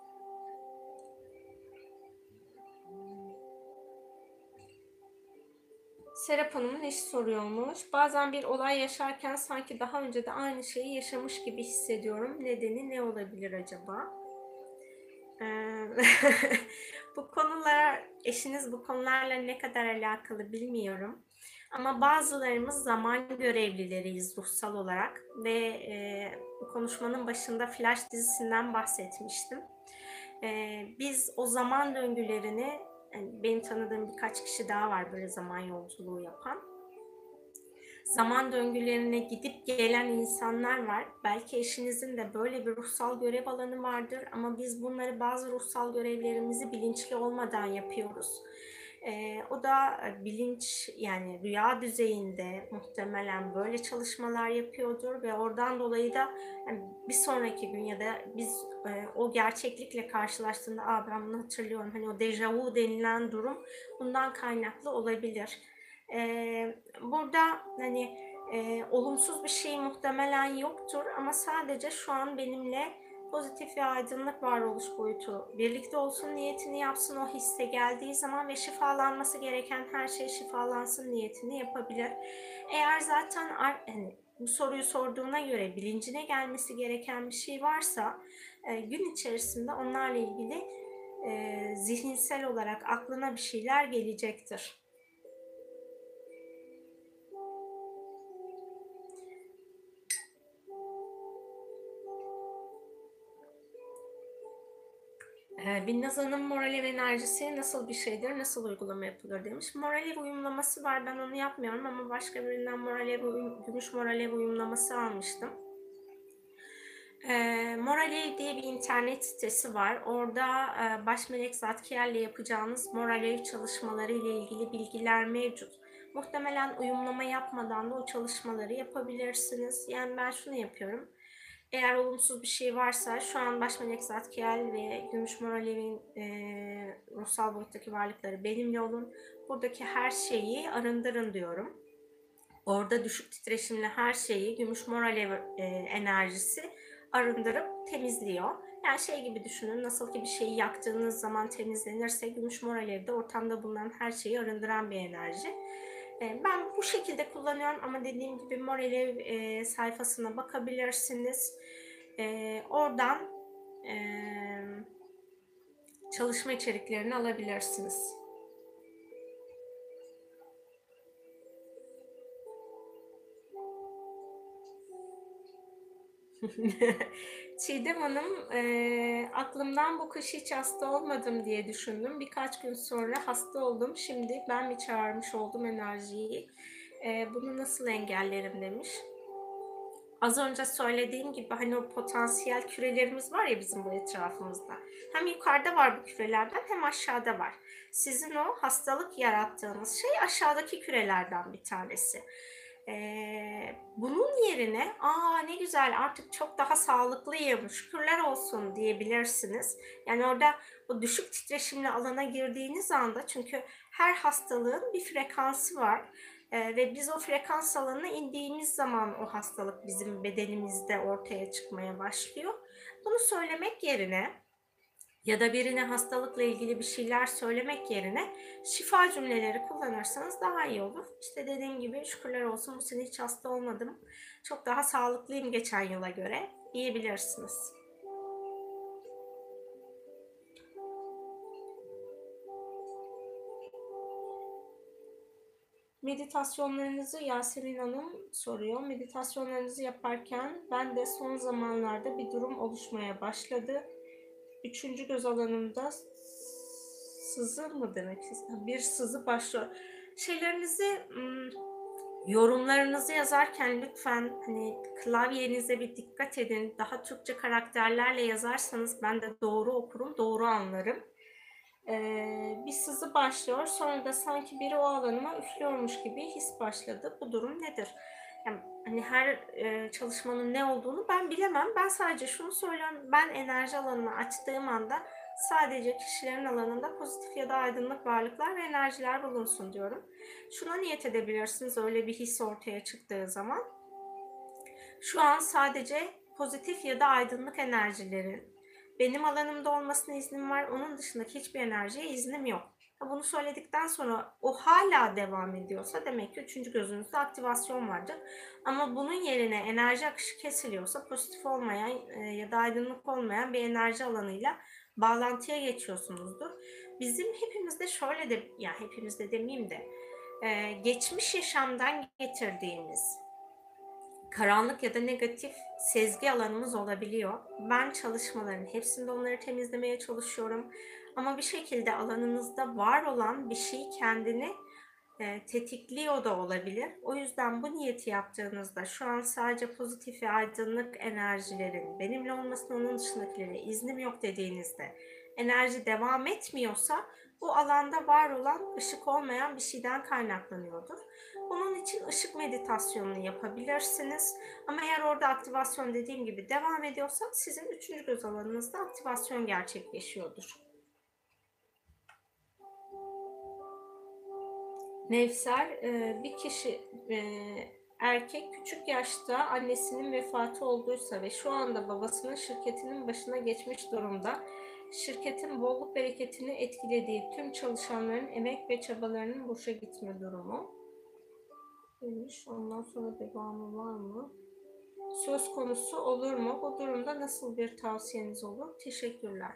Serap Hanım'ın eşi soruyormuş. Bazen bir olay yaşarken sanki daha önce de aynı şeyi yaşamış gibi hissediyorum. Nedeni ne olabilir acaba? Ee, bu konular, eşiniz bu konularla ne kadar alakalı bilmiyorum. Ama bazılarımız zaman görevlileriyiz ruhsal olarak ve e, bu konuşmanın başında Flash dizisinden bahsetmiştim. E, biz o zaman döngülerini, yani benim tanıdığım birkaç kişi daha var böyle zaman yolculuğu yapan. Zaman döngülerine gidip gelen insanlar var. Belki eşinizin de böyle bir ruhsal görev alanı vardır ama biz bunları bazı ruhsal görevlerimizi bilinçli olmadan yapıyoruz. Ee, o da bilinç, yani rüya düzeyinde muhtemelen böyle çalışmalar yapıyordur ve oradan dolayı da yani bir sonraki gün ya da biz e, o gerçeklikle karşılaştığında, aa ben bunu hatırlıyorum, hani o dejavu denilen durum bundan kaynaklı olabilir. Ee, burada hani e, olumsuz bir şey muhtemelen yoktur ama sadece şu an benimle pozitif ve aydınlık varoluş boyutu birlikte olsun niyetini yapsın, o hisse geldiği zaman ve şifalanması gereken her şey şifalansın niyetini yapabilir. Eğer zaten yani bu soruyu sorduğuna göre bilincine gelmesi gereken bir şey varsa e, gün içerisinde onlarla ilgili e, zihinsel olarak aklına bir şeyler gelecektir. Ee, Binnaz Hanım moral ev enerjisi nasıl bir şeydir, nasıl uygulama yapılır demiş. Moral ev uyumlaması var, ben onu yapmıyorum ama başka birinden moral ev uyum, gümüş moral ev uyumlaması almıştım. Ee, Moral Ev diye bir internet sitesi var. Orada e, baş melek Zatkiel'le yapacağınız moral ev çalışmaları ile ilgili bilgiler mevcut. Muhtemelen uyumlama yapmadan da o çalışmaları yapabilirsiniz. Yani ben şunu yapıyorum. Eğer olumsuz bir şey varsa şu an baş melek Zatkiel ve Gümüş Moral Ev'in e, ruhsal boyuttaki varlıkları benimle olun. Buradaki her şeyi arındırın diyorum. Orada düşük titreşimli her şeyi Gümüş Moral Ev e, enerjisi arındırıp temizliyor. Yani şey gibi düşünün, nasıl ki bir şeyi yaktığınız zaman temizlenirse Gümüş Moral Ev'de ortamda bulunan her şeyi arındıran bir enerji. Ben bu şekilde kullanıyorum ama dediğim gibi Moral Ev e, sayfasına bakabilirsiniz. E, oradan e, çalışma içeriklerini alabilirsiniz. Çiğdem Hanım, e, aklımdan bu kış hiç hasta olmadım diye düşündüm. Birkaç gün sonra hasta oldum. Şimdi ben mi çağırmış oldum enerjiyi? E, bunu nasıl engellerim demiş. Az önce söylediğim gibi hani o potansiyel kürelerimiz var ya bizim bu etrafımızda. Hem yukarıda var bu kürelerden hem aşağıda var. Sizin o hastalık yarattığınız şey aşağıdaki kürelerden bir tanesi. Ee, bunun yerine aa ne güzel artık çok daha sağlıklıyım şükürler olsun diyebilirsiniz. Yani orada o düşük titreşimli alana girdiğiniz anda, çünkü her hastalığın bir frekansı var. Ee, ve biz o frekans alanına indiğimiz zaman o hastalık bizim bedenimizde ortaya çıkmaya başlıyor. Bunu söylemek yerine ya da birine hastalıkla ilgili bir şeyler söylemek yerine şifa cümleleri kullanırsanız daha iyi olur. İşte dediğim gibi şükürler olsun bu sene hiç hasta olmadım. Çok daha sağlıklıyım geçen yıla göre diyebilirsiniz. Meditasyonlarınızı Yasemin Hanım soruyor. Meditasyonlarınızı yaparken ben de son zamanlarda bir durum oluşmaya başladı. Üçüncü göz alanımda sızı mı demek? Bir sızı başlıyor. Şeylerinizi, yorumlarınızı yazarken lütfen hani klavyenize bir dikkat edin. Daha Türkçe karakterlerle yazarsanız ben de doğru okurum, doğru anlarım. Ee, bir sızı başlıyor. Sonra da sanki biri o alanıma üflüyormuş gibi his başladı. Bu durum nedir? Yani hani her e, çalışmanın ne olduğunu ben bilemem. Ben sadece şunu söylüyorum. Ben enerji alanını açtığım anda sadece kişilerin alanında pozitif ya da aydınlık varlıklar ve enerjiler bulunsun diyorum. Şuna niyet edebilirsiniz öyle bir his ortaya çıktığı zaman. Şu an sadece pozitif ya da aydınlık enerjilerin benim alanımda olmasına iznim var. Onun dışındaki hiçbir enerjiye iznim yok. Bunu söyledikten sonra o hala devam ediyorsa demek ki üçüncü gözünüzde aktivasyon vardır. Ama bunun yerine enerji akışı kesiliyorsa pozitif olmayan ya da aydınlık olmayan bir enerji alanıyla bağlantıya geçiyorsunuzdur. Bizim hepimizde şöyle de, ya hepimizde demeyeyim de, geçmiş yaşamdan getirdiğimiz karanlık ya da negatif sezgi alanımız olabiliyor. Ben çalışmaların hepsinde onları temizlemeye çalışıyorum. Ama bir şekilde alanınızda var olan bir şey kendini e, tetikliyor da olabilir. O yüzden bu niyeti yaptığınızda şu an sadece pozitif ve aydınlık enerjilerin benimle olmasının, onun dışındakilere iznim yok dediğinizde enerji devam etmiyorsa bu alanda var olan ışık olmayan bir şeyden kaynaklanıyordur. Bunun için ışık meditasyonunu yapabilirsiniz. Ama eğer orada aktivasyon dediğim gibi devam ediyorsa sizin üçüncü göz alanınızda aktivasyon gerçekleşiyordur. Nevser, bir kişi erkek küçük yaşta annesinin vefatı olduysa ve şu anda babasının şirketinin başına geçmiş durumda, şirketin bolluk bereketini etkilediği tüm çalışanların emek ve çabalarının boşa gitme durumu. Demiş. Ondan sonra devamı var mı? Söz konusu olur mu? Bu durumda nasıl bir tavsiyeniz olur? Teşekkürler.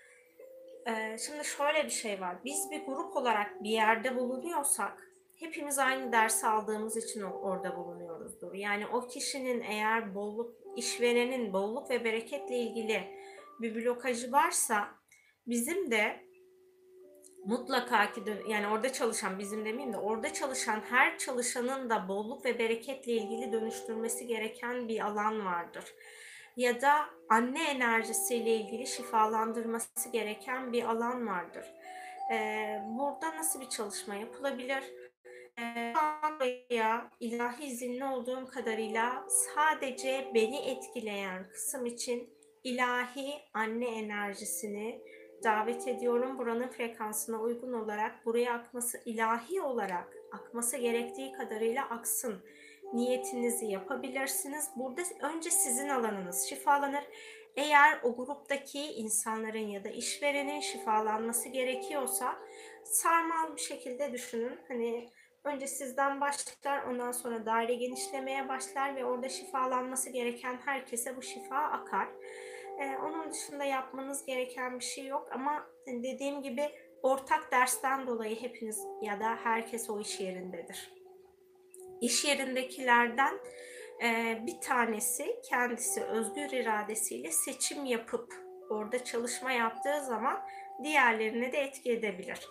Ee, şimdi şöyle bir şey var. Biz bir grup olarak bir yerde bulunuyorsak hepimiz aynı dersi aldığımız için orada bulunuyoruzdur. Yani o kişinin eğer bolluk, işverenin bolluk ve bereketle ilgili bir blokajı varsa bizim de mutlaka ki yani orada çalışan, bizim demeyeyim de orada çalışan her çalışanın da bolluk ve bereketle ilgili dönüştürmesi gereken bir alan vardır. Ya da anne enerjisiyle ilgili şifalandırması gereken bir alan vardır. Ee, burada nasıl bir çalışma yapılabilir? Ee, ya ilahi izinli olduğum kadarıyla sadece beni etkileyen kısım için ilahi anne enerjisini davet ediyorum. Buranın frekansına uygun olarak buraya akması, ilahi olarak akması gerektiği kadarıyla aksın. Niyetinizi yapabilirsiniz. Burada önce sizin alanınız şifalanır. Eğer o gruptaki insanların ya da işverenin şifalanması gerekiyorsa sarmal bir şekilde düşünün. Hani önce sizden başlar, ondan sonra daire genişlemeye başlar ve orada şifalanması gereken herkese bu şifa akar. Ee, onun dışında yapmanız gereken bir şey yok ama dediğim gibi ortak dersten dolayı hepiniz ya da herkes o iş yerindedir. İş yerindekilerden e, bir tanesi kendisi özgür iradesiyle seçim yapıp orada çalışma yaptığı zaman diğerlerine de etki edebilir.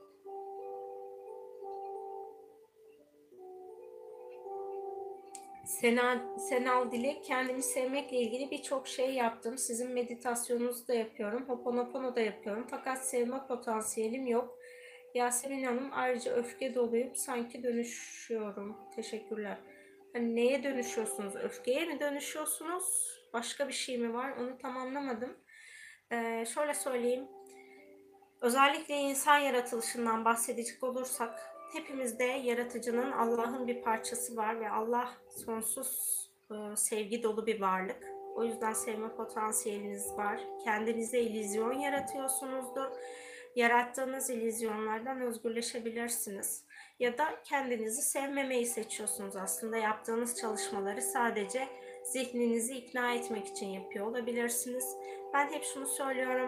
Senal, Senal Dilek, kendimi sevmekle ilgili birçok şey yaptım. Sizin meditasyonunuzu da yapıyorum. Hoponopono da yapıyorum. Fakat sevme potansiyelim yok. Yasemin Hanım, ayrıca öfke doluyum. Sanki dönüşüyorum. Teşekkürler. Hani neye dönüşüyorsunuz? Öfkeye mi dönüşüyorsunuz? Başka bir şey mi var? Onu tam anlamadım. Ee, şöyle söyleyeyim. Özellikle insan yaratılışından bahsedecek olursak hepimizde yaratıcının, Allah'ın bir parçası var ve Allah sonsuz e, sevgi dolu bir varlık. O yüzden sevme potansiyeliniz var. Kendinize illüzyon yaratıyorsunuzdur. Yarattığınız illüzyonlardan özgürleşebilirsiniz. Ya da kendinizi sevmemeyi seçiyorsunuz aslında. Yaptığınız çalışmaları sadece zihninizi ikna etmek için yapıyor olabilirsiniz. Ben hep şunu söylüyorum.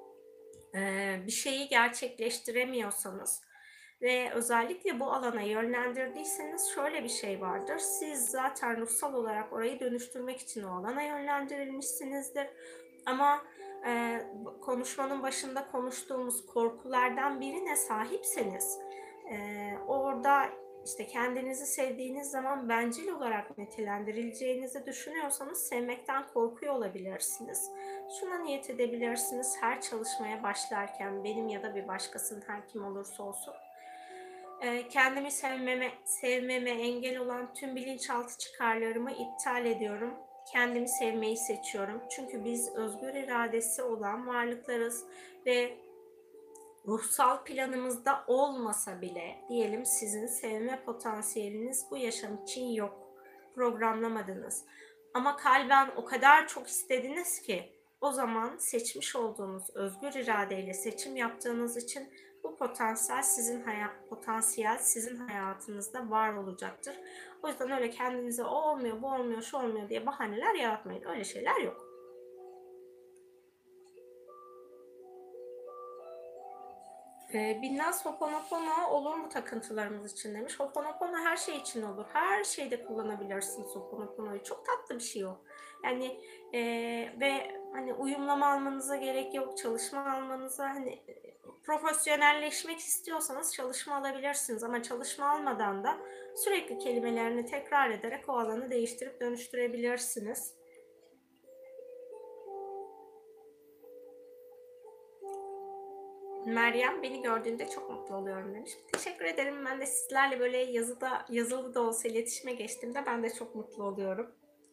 Bir şeyi gerçekleştiremiyorsanız ve özellikle bu alana yönlendirdiyseniz şöyle bir şey vardır. Siz zaten ruhsal olarak orayı dönüştürmek için o alana yönlendirilmişsinizdir. Ama e, konuşmanın başında konuştuğumuz korkulardan birine sahipseniz e, orada işte kendinizi sevdiğiniz zaman bencil olarak nitelendirileceğinizi düşünüyorsanız sevmekten korkuyor olabilirsiniz. Şuna niyet edebilirsiniz her çalışmaya başlarken benim ya da bir başkasının her kim olursa olsun. Kendimi sevmeme, sevmeme engel olan tüm bilinçaltı çıkarlarımı iptal ediyorum. Kendimi sevmeyi seçiyorum. Çünkü biz özgür iradesi olan varlıklarız ve ruhsal planımızda olmasa bile diyelim sizin sevme potansiyeliniz bu yaşam için yok. Programlamadınız. Ama kalben o kadar çok istediniz ki o zaman seçmiş olduğunuz özgür iradeyle seçim yaptığınız için bu potansiyel sizin hayat potansiyel sizin hayatınızda var olacaktır. O yüzden öyle kendinize o olmuyor, bu olmuyor, şu olmuyor diye bahaneler yaratmayın. Öyle şeyler yok. Ee, Binnaz Hoponopono olur mu takıntılarımız için demiş. Hoponopono her şey için olur. Her şeyde kullanabilirsiniz Hoponopono'yu. Çok tatlı bir şey o. Yani e, ve hani uyumlama almanıza gerek yok. Çalışma almanıza hani profesyonelleşmek istiyorsanız çalışma alabilirsiniz. Ama çalışma almadan da sürekli kelimelerini tekrar ederek o alanı değiştirip dönüştürebilirsiniz. Meryem beni gördüğünde çok mutlu oluyorum demiş. Teşekkür ederim. Ben de sizlerle böyle yazıda, yazılı da olsa iletişime geçtiğimde ben de çok mutlu oluyorum.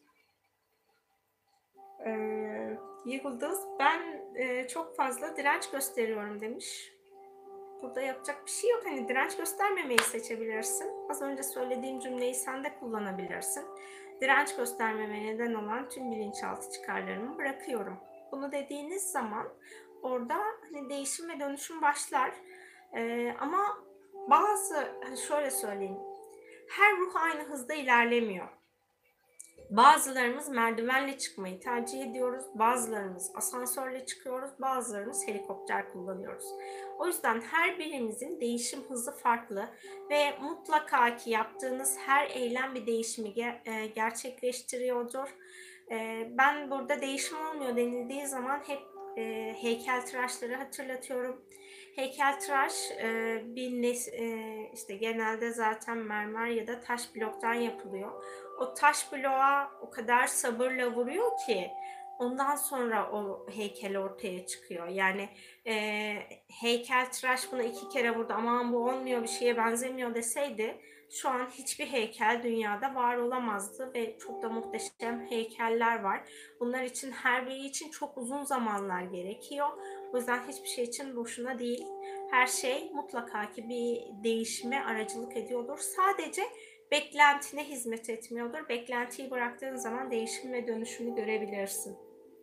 Ee, Yıldız, ben e, çok fazla direnç gösteriyorum demiş. Burada yapacak bir şey yok. Hani direnç göstermemeyi seçebilirsin. Az önce söylediğim cümleyi sen de kullanabilirsin. Direnç göstermeme neden olan tüm bilinçaltı çıkarlarımı bırakıyorum. Bunu dediğiniz zaman orada hani değişim ve dönüşüm başlar. Ee, ama bazı, hani şöyle söyleyeyim, her ruh aynı hızda ilerlemiyor. Bazılarımız merdivenle çıkmayı tercih ediyoruz, bazılarımız asansörle çıkıyoruz, bazılarımız helikopter kullanıyoruz. O yüzden her birimizin değişim hızı farklı ve mutlaka ki yaptığınız her eylem bir değişimi ger- gerçekleştiriyordur. Ben burada değişim olmuyor denildiği zaman hep e, heykeltıraşları hatırlatıyorum. Heykeltıraş e, bir nes e, işte genelde zaten mermer ya da taş bloktan yapılıyor. O taş bloğa o kadar sabırla vuruyor ki ondan sonra o heykel ortaya çıkıyor. Yani e, heykeltıraş bunu iki kere vurdu, aman bu olmuyor, bir şeye benzemiyor deseydi şu an hiçbir heykel dünyada var olamazdı ve çok da muhteşem heykeller var. Bunlar için, her biri için çok uzun zamanlar gerekiyor. O yüzden hiçbir şey için boşuna değil. Her şey mutlaka ki bir değişime aracılık ediyordur. Sadece beklentine hizmet etmiyordur. Beklentiyi bıraktığın zaman değişim ve dönüşümü görebilirsin.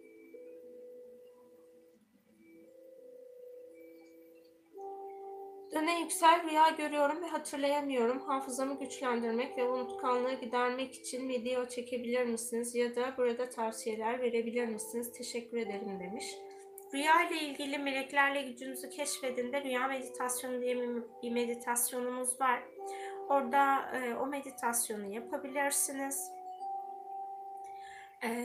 Döne yüksel rüya görüyorum ve hatırlayamıyorum. Hafızamı güçlendirmek ve unutkanlığı gidermek için video çekebilir misiniz? Ya da burada tavsiyeler verebilir misiniz? Teşekkür ederim demiş. Rüya ile ilgili meleklerle gücünüzü keşfedin de rüya meditasyonu diye bir meditasyonumuz var. Orada e, o meditasyonu yapabilirsiniz. E,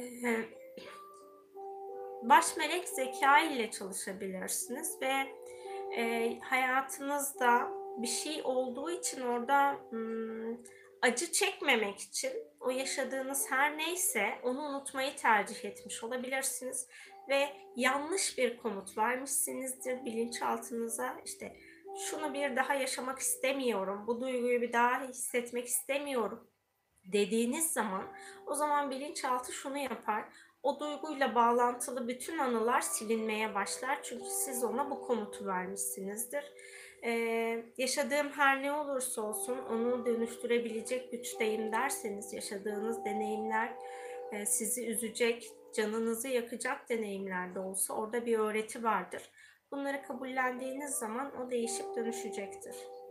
baş melek zeka ile çalışabilirsiniz ve e, hayatınızda bir şey olduğu için orada hmm, acı çekmemek için o yaşadığınız her neyse onu unutmayı tercih etmiş olabilirsiniz ve yanlış bir komut vermişsinizdir bilinçaltınıza. İşte şunu bir daha yaşamak istemiyorum, bu duyguyu bir daha hissetmek istemiyorum dediğiniz zaman o zaman bilinçaltı şunu yapar. O duyguyla bağlantılı bütün anılar silinmeye başlar. Çünkü siz ona bu komutu vermişsinizdir. Ee, yaşadığım her ne olursa olsun onu dönüştürebilecek güçteyim derseniz yaşadığınız deneyimler e, sizi üzecek, canınızı yakacak deneyimler de olsa orada bir öğreti vardır. Bunları kabullendiğiniz zaman o değişip dönüşecektir.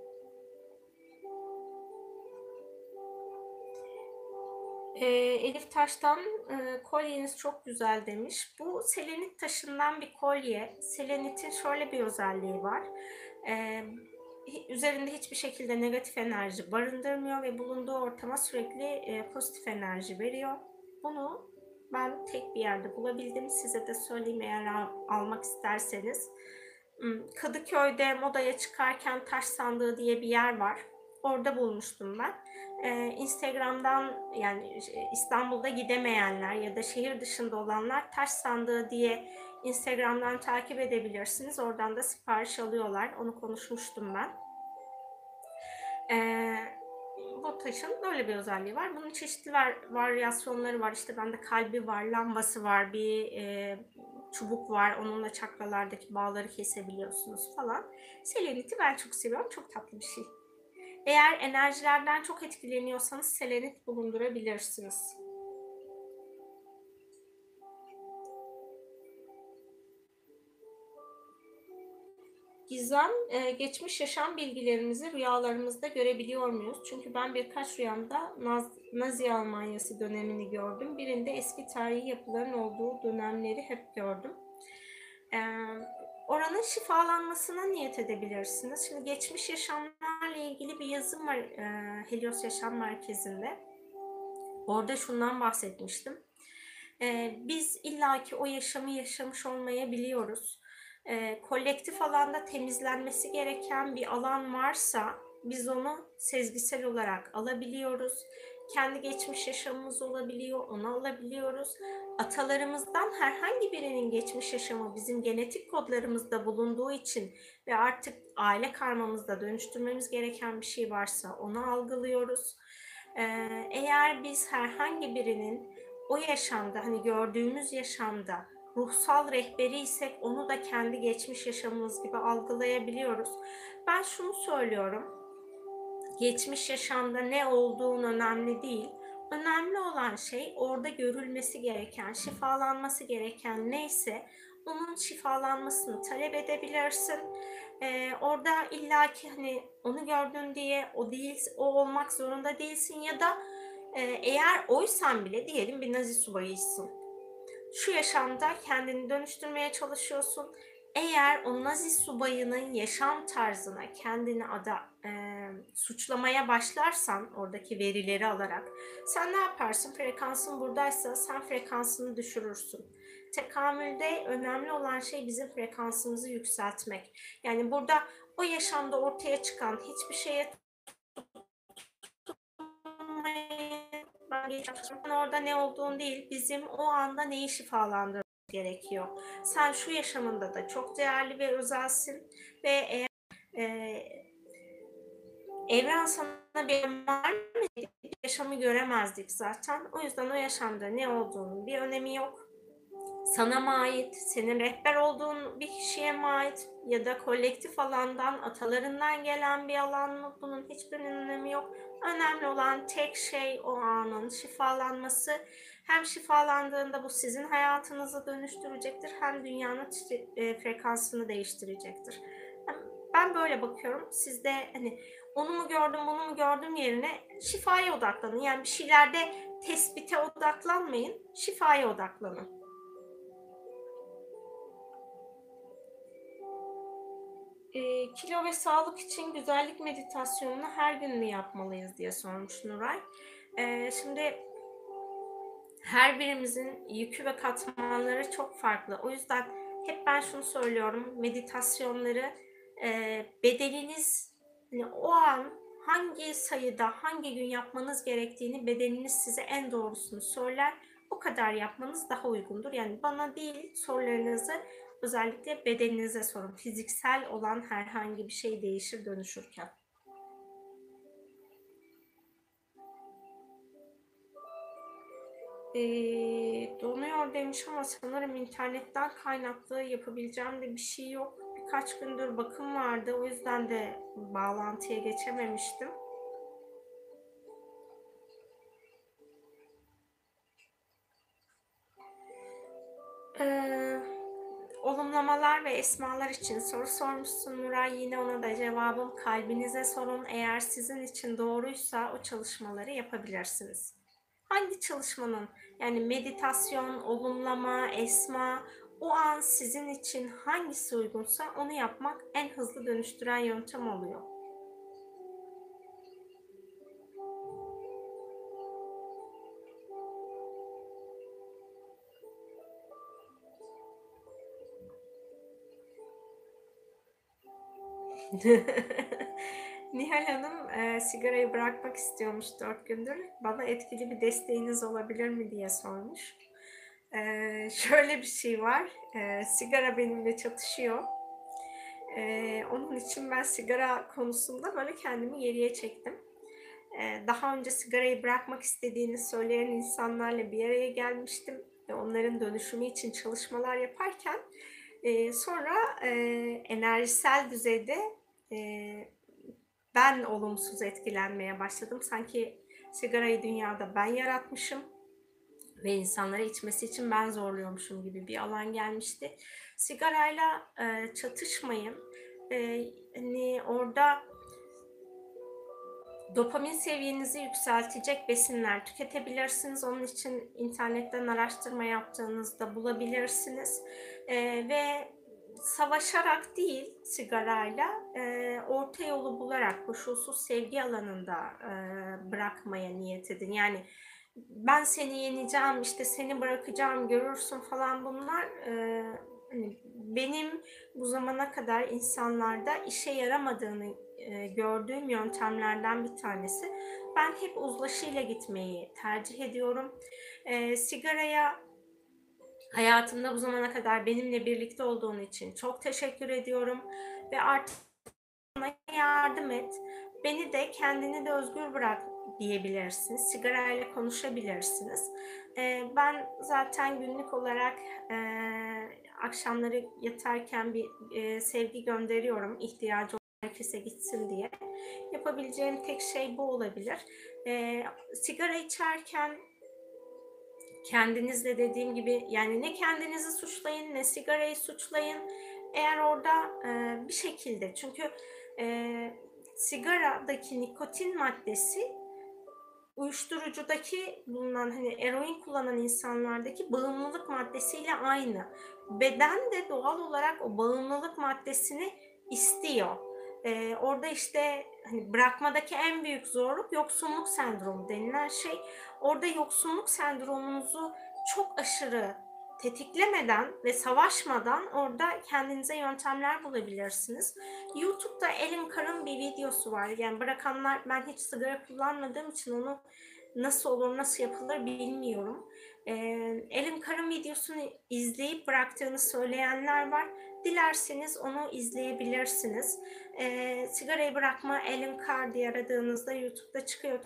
Ee, Elif Taş'tan e, kolyeniz çok güzel demiş. Bu selenit taşından bir kolye. Selenitin şöyle bir özelliği var. Ee, üzerinde hiçbir şekilde negatif enerji barındırmıyor ve bulunduğu ortama sürekli e, pozitif enerji veriyor. Bunu ben tek bir yerde bulabildim. Size de söyleyeyim eğer al, almak isterseniz. Kadıköy'de modaya çıkarken taş sandığı diye bir yer var. Orada bulmuştum ben. Ee, Instagram'dan, yani İstanbul'da gidemeyenler ya da şehir dışında olanlar taş sandığı diye Instagram'dan takip edebilirsiniz. Oradan da sipariş alıyorlar. Onu konuşmuştum ben. Ee, bu taşın böyle bir özelliği var. Bunun çeşitli var, varyasyonları var. İşte bende kalbi var, lambası var, bir e, çubuk var. Onunla çakralardaki bağları kesebiliyorsunuz falan. Seleniti ben çok seviyorum. Çok tatlı bir şey. Eğer enerjilerden çok etkileniyorsanız selenit bulundurabilirsiniz. Gizem, e, geçmiş yaşam bilgilerimizi rüyalarımızda görebiliyor muyuz? Çünkü ben birkaç rüyamda Naz, Nazi Almanyası dönemini gördüm. Birinde eski tarihi yapıların olduğu dönemleri hep gördüm. E, oranın şifalanmasına niyet edebilirsiniz. Şimdi geçmiş yaşamlarla ilgili bir yazım var e, Helios Yaşam Merkezi'nde. Orada şundan bahsetmiştim. E, biz illaki o yaşamı yaşamış olmayabiliyoruz. E, kolektif alanda temizlenmesi gereken bir alan varsa biz onu sezgisel olarak alabiliyoruz. kendi geçmiş yaşamımız olabiliyor, onu alabiliyoruz. Atalarımızdan herhangi birinin geçmiş yaşamı bizim genetik kodlarımızda bulunduğu için ve artık aile karmamızda dönüştürmemiz gereken bir şey varsa onu algılıyoruz. Ee, eğer biz herhangi birinin o yaşamda, hani gördüğümüz yaşamda ruhsal rehberi isek onu da kendi geçmiş yaşamımız gibi algılayabiliyoruz. Ben şunu söylüyorum, geçmiş yaşamda ne olduğun önemli değil. Önemli olan şey orada görülmesi gereken, şifalanması gereken neyse onun şifalanmasını talep edebilirsin. Ee, orada illaki hani onu gördün diye o değil, o olmak zorunda değilsin ya da e, eğer oysan bile diyelim bir Nazi subayısın. Şu yaşamda kendini dönüştürmeye çalışıyorsun. Eğer o Nazi subayının yaşam tarzına kendini ada, e, suçlamaya başlarsan oradaki verileri alarak sen ne yaparsın? Frekansın buradaysa sen frekansını düşürürsün. Tekamülde önemli olan şey bizim frekansımızı yükseltmek. Yani burada o yaşamda ortaya çıkan hiçbir şeye ben orada ne olduğun değil, bizim o anda neyi şifalandırmamız gerekiyor. Sen şu yaşamında da çok değerli ve özelsin ve eğer e, evren sana bir vermedi, yaşamı göremezdik zaten. O yüzden o yaşamda ne olduğunun bir önemi yok. Sana mı ait, senin rehber olduğun bir kişiye mi ait ya da kolektif alandan, atalarından gelen bir alan mı? Bunun hiçbir önemi yok. Önemli olan tek şey o anın şifalanması. Hem şifalandığında bu sizin hayatınızı dönüştürecektir hem dünyanın frekansını değiştirecektir. Ben böyle bakıyorum. Siz de hani onu mu gördüm, bunu mu gördüm yerine şifaya odaklanın. Yani bir şeylerde tespite odaklanmayın, şifaya odaklanın. E, kilo ve sağlık için güzellik meditasyonunu her gün mü yapmalıyız diye sormuş Nuray. E, şimdi her birimizin yükü ve katmanları çok farklı. O yüzden hep ben şunu söylüyorum. Meditasyonları e, bedeniniz hani o an hangi sayıda, hangi gün yapmanız gerektiğini bedeniniz size en doğrusunu söyler. O kadar yapmanız daha uygundur. Yani bana değil, sorularınızı özellikle bedeninize sorun. Fiziksel olan herhangi bir şey değişir dönüşürken. Ee, donuyor demiş ama sanırım internetten kaynaklı yapabileceğim de bir şey yok. Birkaç gündür bakım vardı. O yüzden de bağlantıya geçememiştim. Ee, olumlamalar ve esmalar için soru sormuşsun Nuray. Yine ona da cevabım kalbinize sorun. Eğer sizin için doğruysa o çalışmaları yapabilirsiniz. Hangi çalışmanın yani meditasyon, olumlama, esma o an sizin için hangisi uygunsa onu yapmak en hızlı dönüştüren yöntem oluyor. Nihal Hanım e, sigarayı bırakmak istiyormuş dört gündür. Bana etkili bir desteğiniz olabilir mi diye sormuş. E, şöyle bir şey var. E, sigara benimle çatışıyor. E, onun için ben sigara konusunda böyle kendimi geriye çektim. E, daha önce sigarayı bırakmak istediğini söyleyen insanlarla bir araya gelmiştim. Ve onların dönüşümü için çalışmalar yaparken e, sonra e, enerjisel düzeyde e, ben olumsuz etkilenmeye başladım. Sanki sigarayı dünyada ben yaratmışım ve insanlara içmesi için ben zorluyormuşum gibi bir alan gelmişti. Sigarayla e, çatışmayın. E, hani orada dopamin seviyenizi yükseltecek besinler tüketebilirsiniz. Onun için internetten araştırma yaptığınızda bulabilirsiniz. E, ve savaşarak değil sigarayla e, orta yolu bularak koşulsuz sevgi alanında e, bırakmaya niyet edin. Yani ben seni yeneceğim, işte seni bırakacağım, görürsün falan bunlar e, hani benim bu zamana kadar insanlarda işe yaramadığını e, gördüğüm yöntemlerden bir tanesi. Ben hep uzlaşıyla gitmeyi tercih ediyorum. E, sigaraya hayatımda bu zamana kadar benimle birlikte olduğun için çok teşekkür ediyorum ve artık bana yardım et. Beni de kendini de özgür bırak diyebilirsiniz. Sigarayla konuşabilirsiniz. Ee, ben zaten günlük olarak e, akşamları yatarken bir e, sevgi gönderiyorum. İhtiyacı olan herkese gitsin diye. Yapabileceğim tek şey bu olabilir. Ee, sigara içerken kendinizle dediğim gibi yani ne kendinizi suçlayın ne sigarayı suçlayın. Eğer orada e, bir şekilde çünkü e, sigaradaki nikotin maddesi uyuşturucudaki bulunan hani eroin kullanan insanlardaki bağımlılık maddesiyle aynı. Beden de doğal olarak o bağımlılık maddesini istiyor. Ee, orada işte hani bırakmadaki en büyük zorluk yoksunluk sendromu denilen şey. Orada yoksunluk sendromunuzu çok aşırı tetiklemeden ve savaşmadan orada kendinize yöntemler bulabilirsiniz. YouTube'da Ellen Carr'ın bir videosu var. Yani bırakanlar, ben hiç sigara kullanmadığım için onu nasıl olur, nasıl yapılır bilmiyorum. Ee, Ellen Carr'ın videosunu izleyip bıraktığını söyleyenler var. Dilerseniz onu izleyebilirsiniz. Ee, sigarayı bırakma Ellen Carr diye aradığınızda YouTube'da çıkıyor.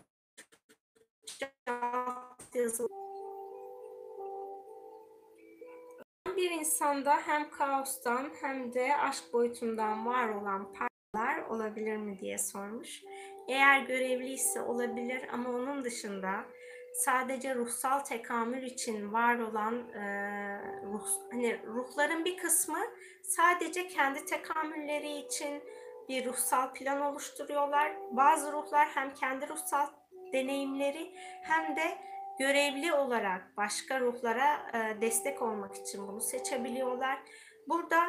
Bir insanda hem kaostan hem de aşk boyutundan var olan parçalar olabilir mi diye sormuş. Eğer görevliyse olabilir ama onun dışında sadece ruhsal tekamül için var olan e, ruh, hani ruhların bir kısmı sadece kendi tekamülleri için bir ruhsal plan oluşturuyorlar. Bazı ruhlar hem kendi ruhsal deneyimleri hem de görevli olarak başka ruhlara e, destek olmak için bunu seçebiliyorlar. Burada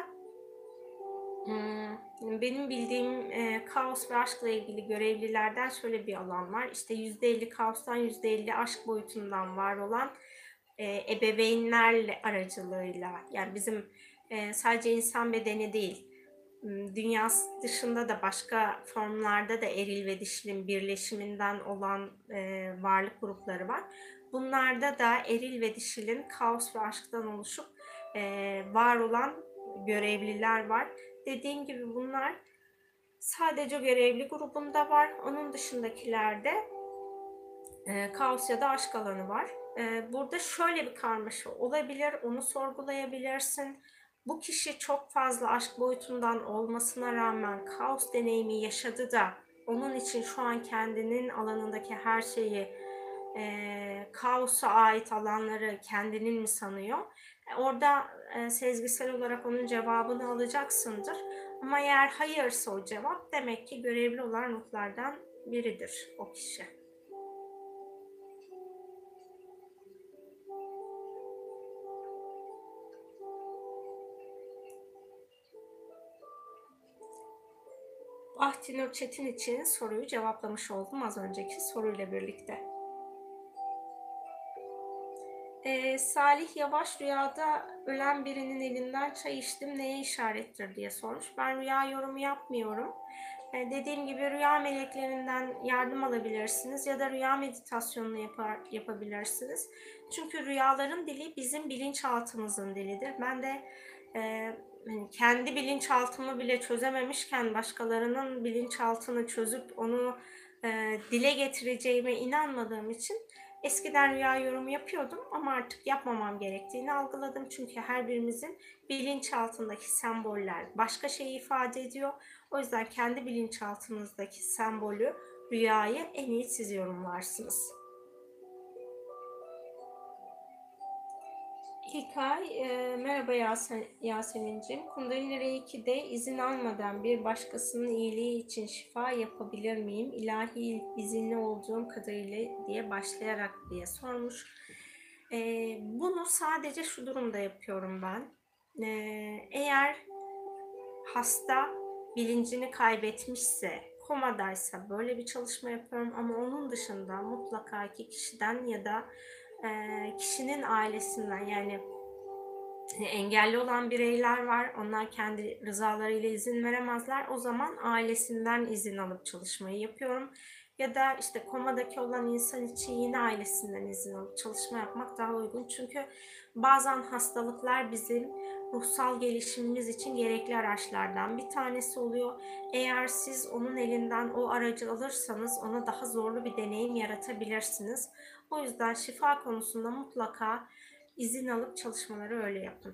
hmm, benim bildiğim e, kaos ve aşkla ilgili görevlilerden şöyle bir alan var. İşte yüzde elli kaostan yüzde elli aşk boyutundan var olan e, ebeveynler aracılığıyla, yani bizim e, sadece insan bedeni değil, dünya dışında da başka formlarda da eril ve dişilin birleşiminden olan e, varlık grupları var. Bunlarda da eril ve dişilin kaos ve aşktan oluşup e, var olan görevliler var. Dediğim gibi bunlar sadece görevli grubunda var. Onun dışındakilerde e, kaos ya da aşk alanı var. E, burada şöyle bir karmaşa olabilir, onu sorgulayabilirsin. Bu kişi çok fazla aşk boyutundan olmasına rağmen kaos deneyimi yaşadı da onun için şu an kendinin alanındaki her şeyi, e, kaosa ait alanları kendinin mi sanıyor? E, orada e, sezgisel olarak onun cevabını alacaksındır. Ama eğer hayırsa o cevap, demek ki görevli olan ruhlardan biridir o kişi. Bahtinur Çetin için soruyu cevaplamış oldum az önceki soruyla birlikte. Ee, Salih Yavaş, rüyada ölen birinin elinden çay içtim, neye işarettir diye sormuş. Ben rüya yorumu yapmıyorum. Ee, dediğim gibi rüya meleklerinden yardım alabilirsiniz ya da rüya meditasyonunu yapar, yapabilirsiniz. Çünkü rüyaların dili bizim bilinçaltımızın dilidir. Ben de e, kendi bilinçaltımı bile çözememişken başkalarının bilinçaltını çözüp onu e, dile getireceğime inanmadığım için eskiden rüya yorumu yapıyordum ama artık yapmamam gerektiğini algıladım. Çünkü her birimizin bilinçaltındaki semboller başka şeyi ifade ediyor. O yüzden kendi bilinçaltınızdaki sembolü, rüyayı en iyi siz yorumlarsınız. İlkay, e, merhaba Yasen, Yasemin'ciğim. Kundalini Reiki'de izin almadan bir başkasının iyiliği için şifa yapabilir miyim? İlahi izinli olduğum kadarıyla diye başlayarak diye sormuş. E, bunu sadece şu durumda yapıyorum ben. E, eğer hasta bilincini kaybetmişse, komadaysa böyle bir çalışma yapıyorum ama onun dışında mutlaka iki kişiden ya da e, kişinin ailesinden, yani e, engelli olan bireyler var. Onlar kendi rızalarıyla izin veremezler. O zaman ailesinden izin alıp çalışmayı yapıyorum. Ya da işte komadaki olan insan için yine ailesinden izin alıp çalışma yapmak daha uygun. Çünkü bazen hastalıklar bizim ruhsal gelişimimiz için gerekli araçlardan bir tanesi oluyor. Eğer siz onun elinden o aracı alırsanız ona daha zorlu bir deneyim yaratabilirsiniz. O yüzden şifa konusunda mutlaka izin alıp çalışmaları öyle yapın.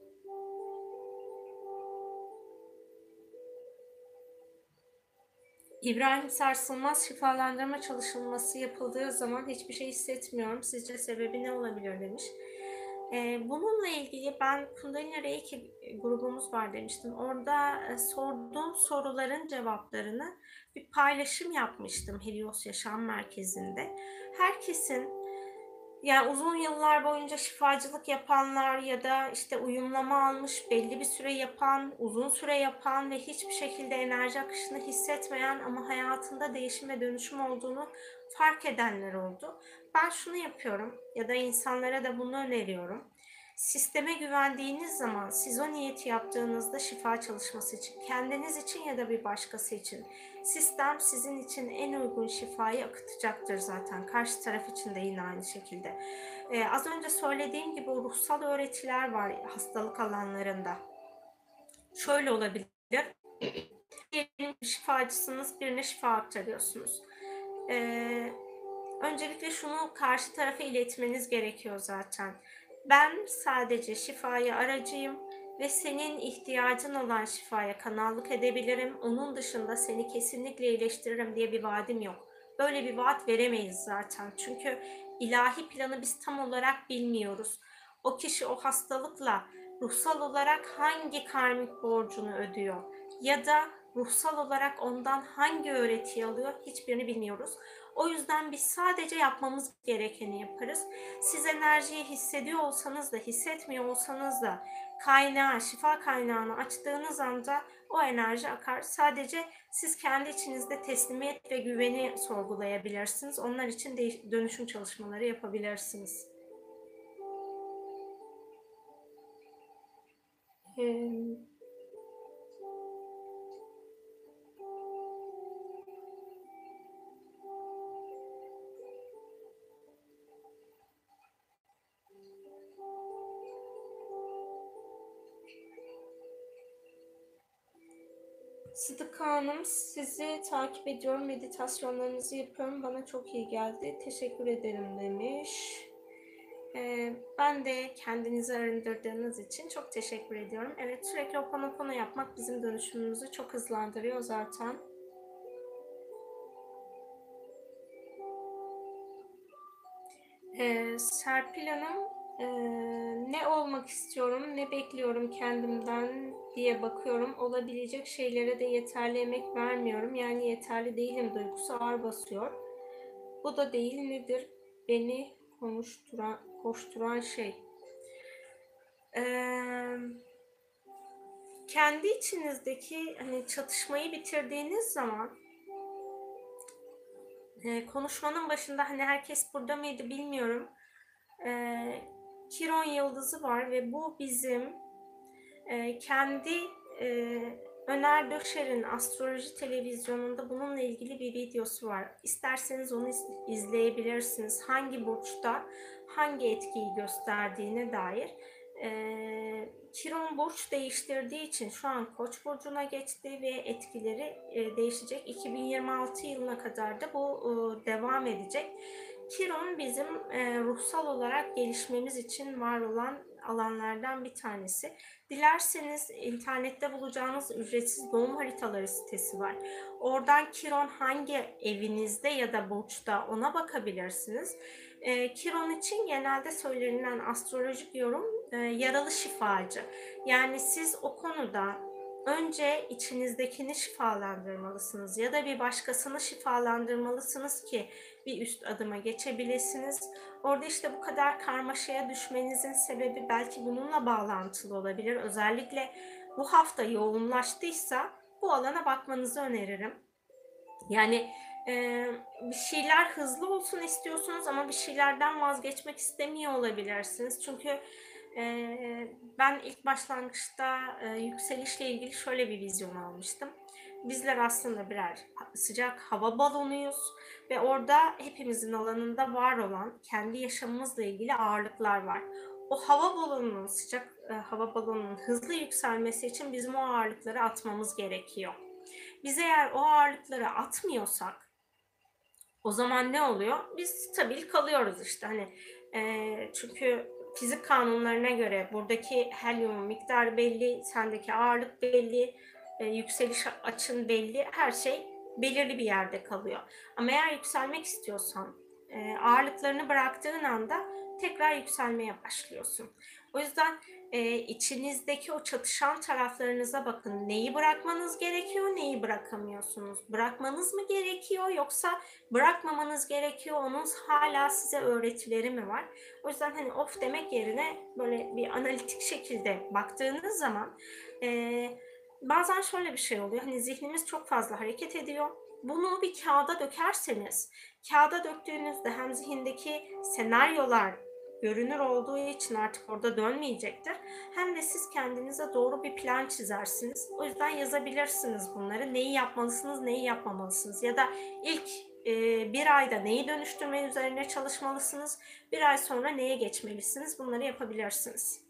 İbrahim Sarsılmaz, şifalandırma çalışılması yapıldığı zaman hiçbir şey hissetmiyorum. Sizce sebebi ne olabilir demiş. Ee, bununla ilgili ben Kundalini Reiki grubumuz var demiştim. Orada e, sorduğum soruların cevaplarını bir paylaşım yapmıştım Helios Yaşam Merkezi'nde. Herkesin, yani uzun yıllar boyunca şifacılık yapanlar ya da işte uyumlama almış, belli bir süre yapan, uzun süre yapan ve hiçbir şekilde enerji akışını hissetmeyen ama hayatında değişim ve dönüşüm olduğunu fark edenler oldu. Ben şunu yapıyorum ya da insanlara da bunu öneriyorum. Sisteme güvendiğiniz zaman siz o niyeti yaptığınızda şifa çalışması için, kendiniz için ya da bir başkası için sistem sizin için en uygun şifayı akıtacaktır zaten. Karşı taraf için de yine aynı şekilde. Ee, az önce söylediğim gibi o ruhsal öğretiler var hastalık alanlarında. Şöyle olabilir. Diyelim şifacısınız, birine şifa aktarıyorsunuz. Ee, öncelikle şunu karşı tarafa iletmeniz gerekiyor zaten. Ben sadece şifaya aracıyım ve senin ihtiyacın olan şifaya kanallık edebilirim. Onun dışında seni kesinlikle iyileştiririm diye bir vaadim yok. Böyle bir vaat veremeyiz zaten. Çünkü ilahi planı biz tam olarak bilmiyoruz. O kişi o hastalıkla ruhsal olarak hangi karmik borcunu ödüyor ya da ruhsal olarak ondan hangi öğretiyi alıyor hiçbirini bilmiyoruz. O yüzden biz sadece yapmamız gerekeni yaparız. Siz enerjiyi hissediyor olsanız da hissetmiyor olsanız da kaynağı, şifa kaynağını açtığınız anda o enerji akar. Sadece siz kendi içinizde teslimiyet ve güveni sorgulayabilirsiniz. Onlar için de dönüşüm çalışmaları yapabilirsiniz. Ee, Sıdıka Hanım, sizi takip ediyorum, meditasyonlarınızı yapıyorum, bana çok iyi geldi, teşekkür ederim demiş. Ee, ben de kendinizi arındırdığınız için çok teşekkür ediyorum. Evet, sürekli Ho'oponopono yapmak bizim dönüşümümüzü çok hızlandırıyor zaten. Ee, Serpil Hanım, e, ne olmak istiyorum, ne bekliyorum kendimden diye bakıyorum. Olabilecek şeylere de yeterli emek vermiyorum. Yani yeterli değilim duygusu ağır basıyor. Bu da değil nedir? Beni konuşturan, koşturan şey. Ee, kendi içinizdeki hani çatışmayı bitirdiğiniz zaman e, konuşmanın başında hani herkes burada mıydı bilmiyorum. E, Kiron yıldızı var ve bu bizim e, kendi e, Öner Döşer'in astroloji televizyonunda bununla ilgili bir videosu var. İsterseniz onu izleyebilirsiniz. Hangi burçta hangi etkiyi gösterdiğine dair. E, Kiron burç değiştirdiği için şu an Koç burcuna geçti ve etkileri e, değişecek. iki bin yirmi altı yılına kadar da bu e, devam edecek. Kiron bizim e, ruhsal olarak gelişmemiz için var olan alanlardan bir tanesi. Dilerseniz internette bulacağınız ücretsiz doğum haritaları sitesi var. Oradan Kiron hangi evinizde ya da burçta ona bakabilirsiniz. E, Kiron için genelde söylenilen astrolojik yorum e, yaralı şifacı. Yani siz o konuda önce içinizdekini şifalandırmalısınız ya da bir başkasını şifalandırmalısınız ki bir üst adıma geçebilirsiniz. Orada işte bu kadar karmaşaya düşmenizin sebebi belki bununla bağlantılı olabilir. Özellikle bu hafta yoğunlaştıysa bu alana bakmanızı öneririm. Yani e, bir şeyler hızlı olsun istiyorsunuz ama bir şeylerden vazgeçmek istemiyor olabilirsiniz. Çünkü Eee, ben ilk başlangıçta, eee, yükselişle ilgili şöyle bir vizyon almıştım. Bizler aslında birer ha sıcak hava balonuyuz ve orada hepimizin alanında var olan kendi yaşamımızla ilgili ağırlıklar var. O hava balonunun sıcak, eee, hava balonunun hızlı yükselmesi için bizim o ağırlıkları atmamız gerekiyor. Biz eğer o ağırlıkları atmıyorsak o zaman ne oluyor? Biz stabil kalıyoruz işte. Hani, eee, çünkü fizik kanunlarına göre buradaki helyumun miktarı belli, sendeki ağırlık belli, eee, yükseliş açın belli, her şey belirli bir yerde kalıyor. Ama eğer yükselmek istiyorsan, eee, ağırlıklarını bıraktığın anda tekrar yükselmeye başlıyorsun. O yüzden, eee, içinizdeki o çatışan taraflarınıza bakın. Neyi bırakmanız gerekiyor, neyi bırakamıyorsunuz? Bırakmanız mı gerekiyor yoksa bırakmamanız gerekiyor, onun hala size öğretileri mi var? O yüzden hani of demek yerine böyle bir analitik şekilde baktığınız zaman eee, bazen şöyle bir şey oluyor. Hani zihnimiz çok fazla hareket ediyor. Bunu bir kağıda dökerseniz, kağıda döktüğünüzde hem zihindeki senaryolar görünür olduğu için artık orada dönmeyecektir. Hem de siz kendinize doğru bir plan çizersiniz. O yüzden yazabilirsiniz bunları. Neyi yapmalısınız, neyi yapmamalısınız ya da İlk eee, bir ayda neyi dönüştürme üzerine çalışmalısınız? Bir ay sonra neye geçmelisiniz? Bunları yapabilirsiniz.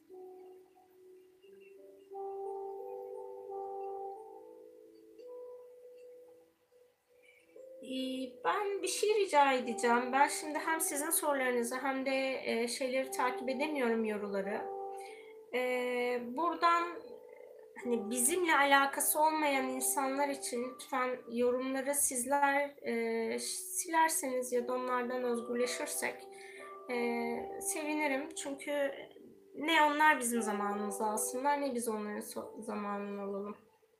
İii, ben bir şey rica edeceğim. Ben şimdi hem sizin sorularınızı hem de, eee, şeyleri takip edemiyorum, yoruları. Eee, buradan, hani, bizimle alakası olmayan insanlar için lütfen yorumları sizler, eee, silerseniz ya da onlardan özgürleşirsek, eee, sevinirim. Çünkü ne onlar bizim zamanımızı alsınlar ne biz onların so zamanını alalım.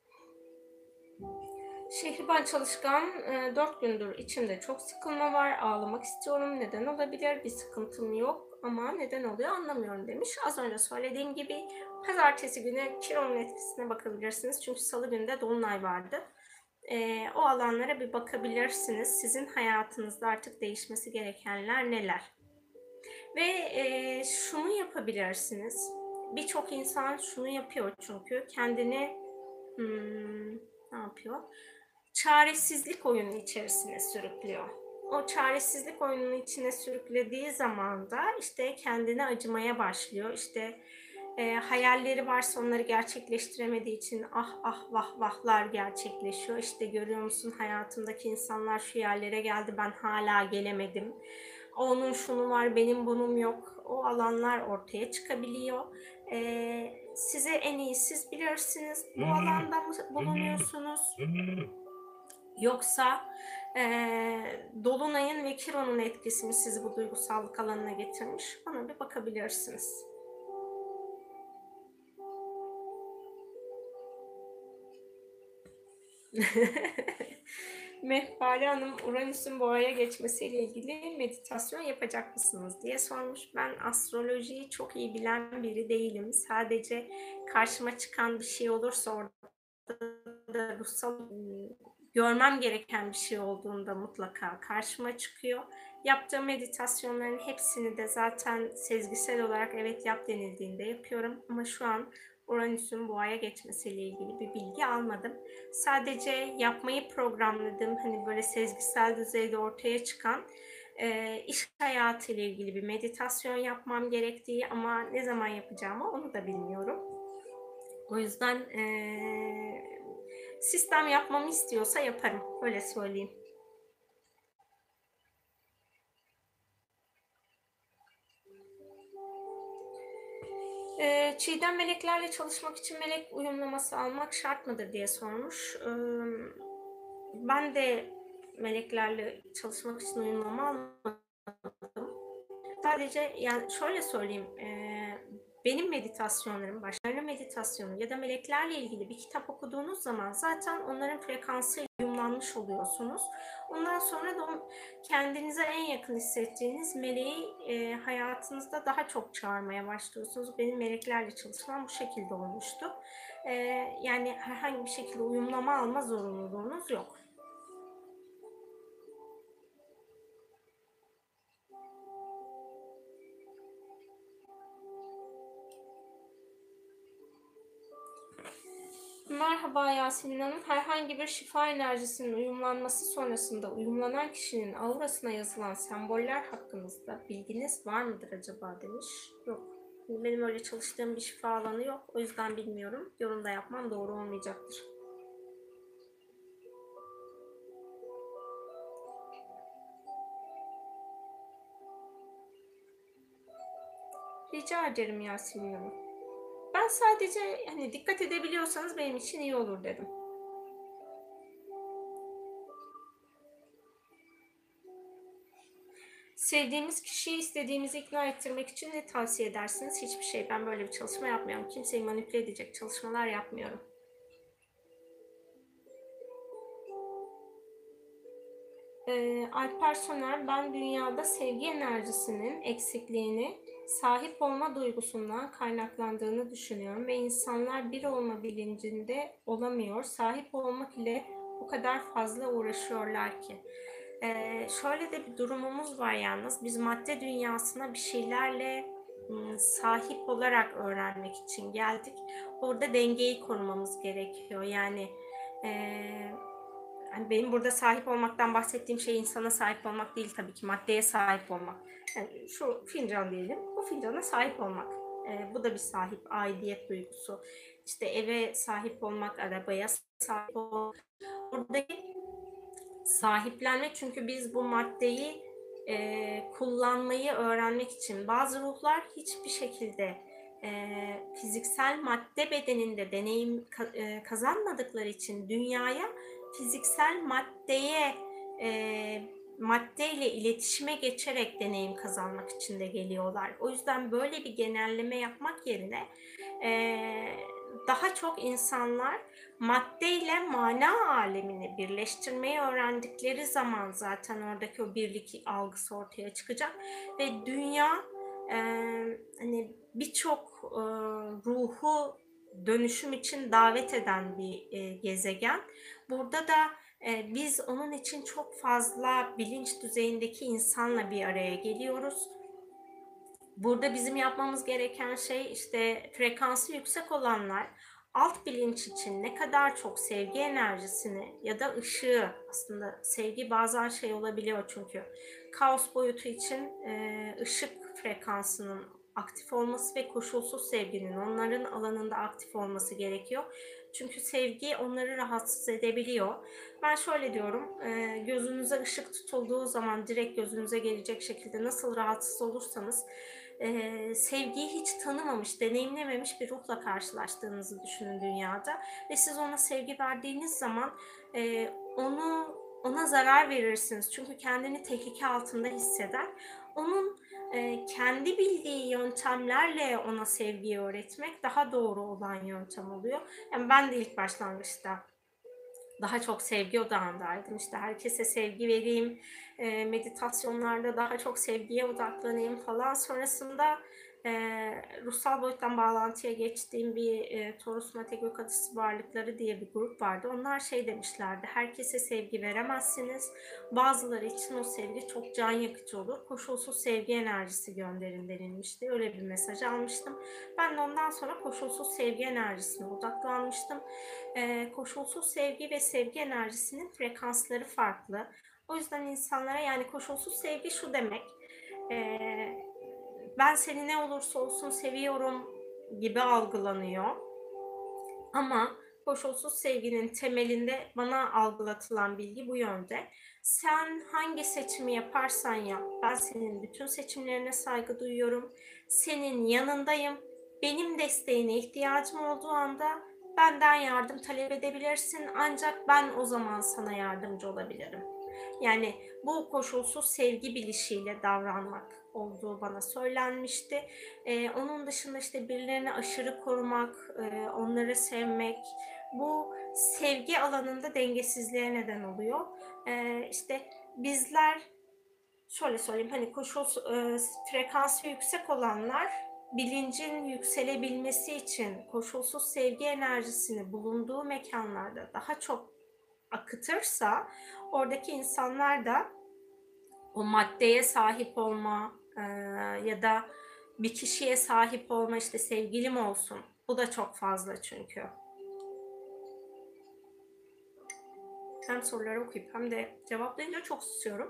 Şehriban Çalışkan, eee, dört gündür içimde çok sıkılma var, ağlamak istiyorum. Neden olabilir? Bir sıkıntım yok ama neden oluyor anlamıyorum demiş. Az önce söylediğim gibi pazartesi günü Kiron'un etkisine bakabilirsiniz. Çünkü salı günü de dolunay vardı. Eee, o alanlara bir bakabilirsiniz. Sizin hayatınızda artık değişmesi gerekenler neler? Ve eee, şunu yapabilirsiniz. Birçok insan şunu yapıyor çünkü kendini hmm, ne yapıyor? Çaresizlik oyunu içerisine sürüklüyor. O çaresizlik oyununun içine sürüklediği zaman da işte kendine acımaya başlıyor. İşte e, hayalleri varsa onları gerçekleştiremediği için ah ah vah vahlar gerçekleşiyor. İşte görüyor musun hayatımdaki insanlar şu yerlere geldi ben hala gelemedim. Onun şunu var benim bunum yok. O alanlar ortaya çıkabiliyor. E, size en iyi siz bilirsiniz. Bu alanda mı bulunuyorsunuz? Yoksa eee, Dolunay'ın ve Kiron'un etkisi mi sizi bu duygusallık alanına getirmiş? Ona bir bakabilirsiniz. Mehpare Hanım, Uranüs'ün boğaya geçmesiyle ilgili meditasyon yapacak mısınız diye sormuş. Ben astrolojiyi çok iyi bilen biri değilim. Sadece karşıma çıkan bir şey olursa orada da ruhsal görmem gereken bir şey olduğunda mutlaka karşıma çıkıyor. Yaptığım meditasyonların hepsini de zaten sezgisel olarak evet yap denildiğinde yapıyorum. Ama şu an Uranüs'ün boğaya geçmesiyle ilgili bir bilgi almadım. Sadece yapmayı programladığım hani böyle sezgisel düzeyde ortaya çıkan e, iş hayatı ile ilgili bir meditasyon yapmam gerektiği ama ne zaman yapacağımı onu da bilmiyorum. O yüzden e, sistem yapmamı istiyorsa yaparım. Öyle söyleyeyim. Ee, Çiğdem meleklerle çalışmak için melek uyumlaması almak şart mıdır diye sormuş. Ee, ben de meleklerle çalışmak için uyumlama almadım. Sadece yani şöyle söyleyeyim, eee, benim meditasyonlarım, başlarına meditasyonu ya da meleklerle ilgili bir kitap okuduğunuz zaman zaten onların frekansıyla uyumlanmış oluyorsunuz. Ondan sonra da kendinize en yakın hissettiğiniz meleği eee, hayatınızda daha çok çağırmaya başlıyorsunuz. Benim meleklerle çalışmam bu şekilde olmuştu. Eee, yani herhangi bir şekilde uyumlama alma zorunluluğunuz yok. Merhaba Yasemin Hanım. Herhangi bir şifa enerjisinin uyumlanması sonrasında uyumlanan kişinin aurasına yazılan semboller hakkınızda bilginiz var mıdır acaba demiş. Yok. Benim öyle çalıştığım bir şifa alanı yok. O yüzden bilmiyorum. Yorum da yapmam doğru olmayacaktır. Rica ederim Yasemin Hanım. Ben sadece hani dikkat edebiliyorsanız benim için iyi olur dedim. Sevdiğimiz kişiyi istediğimizi ikna ettirmek için ne tavsiye edersiniz? Hiçbir şey. Ben böyle bir çalışma yapmıyorum. Kimseyi manipüle edecek çalışmalar yapmıyorum. Ee, Alper Soner, ben dünyada sevgi enerjisinin eksikliğini sahip olma duygusundan kaynaklandığını düşünüyorum ve insanlar bir olma bilincinde olamıyor. Sahip olmak ile bu kadar fazla uğraşıyorlar ki. Ee, şöyle de bir durumumuz var yalnız. Biz madde dünyasına bir şeylerle ım, sahip olarak öğrenmek için geldik. Orada dengeyi korumamız gerekiyor. Yani eee yani benim burada sahip olmaktan bahsettiğim şey insana sahip olmak değil tabii ki, maddeye sahip olmak. Yani şu fincan diyelim, bu fincana sahip olmak. Ee, bu da bir sahip, aidiyet duygusu. İşte eve sahip olmak, arabaya sahip olmak. Buradaki sahiplenmek, çünkü biz bu maddeyi e, kullanmayı öğrenmek için bazı ruhlar hiçbir şekilde e, fiziksel madde bedeninde deneyim e, kazanmadıkları için dünyaya fiziksel maddeye e, maddeyle iletişime geçerek deneyim kazanmak için de geliyorlar. O yüzden böyle bir genelleme yapmak yerine e, daha çok insanlar maddeyle mana alemini birleştirmeyi öğrendikleri zaman zaten oradaki o birlik algısı ortaya çıkacak ve dünya e, hani birçok e, ruhu dönüşüm için davet eden bir e, gezegen. Burada da e, biz onun için çok fazla bilinç düzeyindeki insanla bir araya geliyoruz. Burada bizim yapmamız gereken şey, işte frekansı yüksek olanlar alt bilinç için ne kadar çok sevgi enerjisini ya da ışığı, aslında sevgi bazen şey olabiliyor çünkü kaos boyutu için ışık frekansının aktif olması ve koşulsuz sevginin onların alanında aktif olması gerekiyor. Çünkü sevgi onları rahatsız edebiliyor. Ben şöyle diyorum, gözünüze ışık tutulduğu zaman direkt gözünüze gelecek şekilde nasıl rahatsız olursanız, Ee, sevgiyi hiç tanımamış, deneyimlememiş bir ruhla karşılaştığınızı düşünün dünyada ve siz ona sevgi verdiğiniz zaman e, onu ona zarar verirsiniz çünkü kendini tehlike altında hisseder. Onun e, kendi bildiği yöntemlerle ona sevgiyi öğretmek daha doğru olan yöntem oluyor. Yani ben de ilk başlangıçta daha çok sevgi odağındaydım. İşte herkese sevgi vereyim, e, meditasyonlarda daha çok sevgiye odaklanayım falan. Sonrasında e, ruhsal boyuttan bağlantıya geçtiğim bir e, Taurus Mate Gök Adası Varlıkları diye bir grup vardı. Onlar şey demişlerdi, herkese sevgi veremezsiniz. Bazıları için o sevgi çok can yakıcı olur. Koşulsuz sevgi enerjisi gönderin denilmişti. Öyle bir mesaj almıştım. Ben de ondan sonra koşulsuz sevgi enerjisine odaklanmıştım. E, koşulsuz sevgi ve sevgi enerjisinin frekansları farklı. O yüzden insanlara, yani koşulsuz sevgi şu demek, e, ben seni ne olursa olsun seviyorum gibi algılanıyor. Ama koşulsuz sevginin temelinde bana algılatılan bilgi bu yönde. Sen hangi seçimi yaparsan yap, ben senin bütün seçimlerine saygı duyuyorum. Senin yanındayım. Benim desteğine ihtiyacım olduğu anda benden yardım talep edebilirsin. Ancak ben o zaman sana yardımcı olabilirim. Yani bu koşulsuz sevgi bilişiyle davranmak olduğu bana söylenmişti. Ee, onun dışında işte birilerini aşırı korumak, e, onları sevmek, bu sevgi alanında dengesizliğe neden oluyor. Ee, işte bizler, şöyle söyleyeyim, hani koşulsuz e, frekansı yüksek olanlar bilincin yükselebilmesi için koşulsuz sevgi enerjisini bulunduğu mekanlarda daha çok akıtırsa, oradaki insanlar da o maddeye sahip olma e, ya da bir kişiye sahip olma, işte sevgilim olsun, bu da çok fazla çünkü. hem soruları okuyup hem de cevaplayınca çok susuyorum.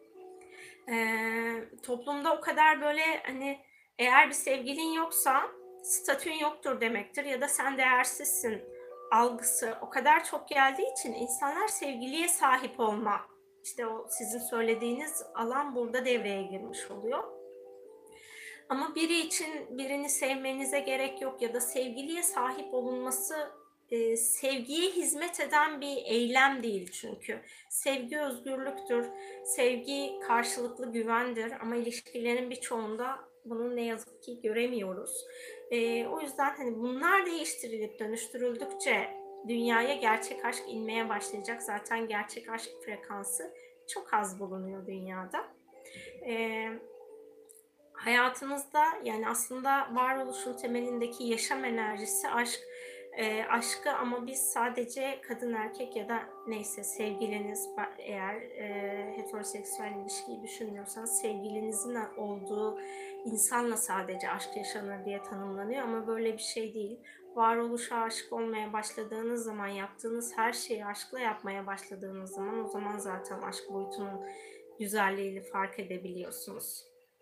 Eee, toplumda o kadar böyle, hani, eğer bir sevgilin yoksa statün yoktur demektir ya da sen değersizsin algısı o kadar çok geldiği için insanlar sevgiliye sahip olma, işte o sizin söylediğiniz alan burada devreye girmiş oluyor. Ama biri için birini sevmenize gerek yok ya da sevgiliye sahip olunması, eee, sevgiye hizmet eden bir eylem değil çünkü. Sevgi özgürlüktür, sevgi karşılıklı güvendir ama ilişkilerin birçoğunda bunu ne yazık ki göremiyoruz. Eee, o yüzden, hani, bunlar değiştirilip dönüştürüldükçe dünyaya gerçek aşk inmeye başlayacak. Zaten gerçek aşk frekansı çok az bulunuyor dünyada. Eee Hayatınızda, yani, aslında varoluşun temelindeki yaşam enerjisi aşk. Eee, aşkı ama biz sadece kadın erkek ya da neyse sevgiliniz ba eğer, eee, heteroseksüel ilişkiyi düşünmüyorsanız sevgilinizin olduğu insanla sadece aşk yaşanır diye tanımlanıyor ama böyle bir şey değil. Varoluşa aşık olmaya başladığınız zaman, yaptığınız her şeyi aşkla yapmaya başladığınız zaman o zaman zaten aşk boyutunun güzelliğini fark edebiliyorsunuz.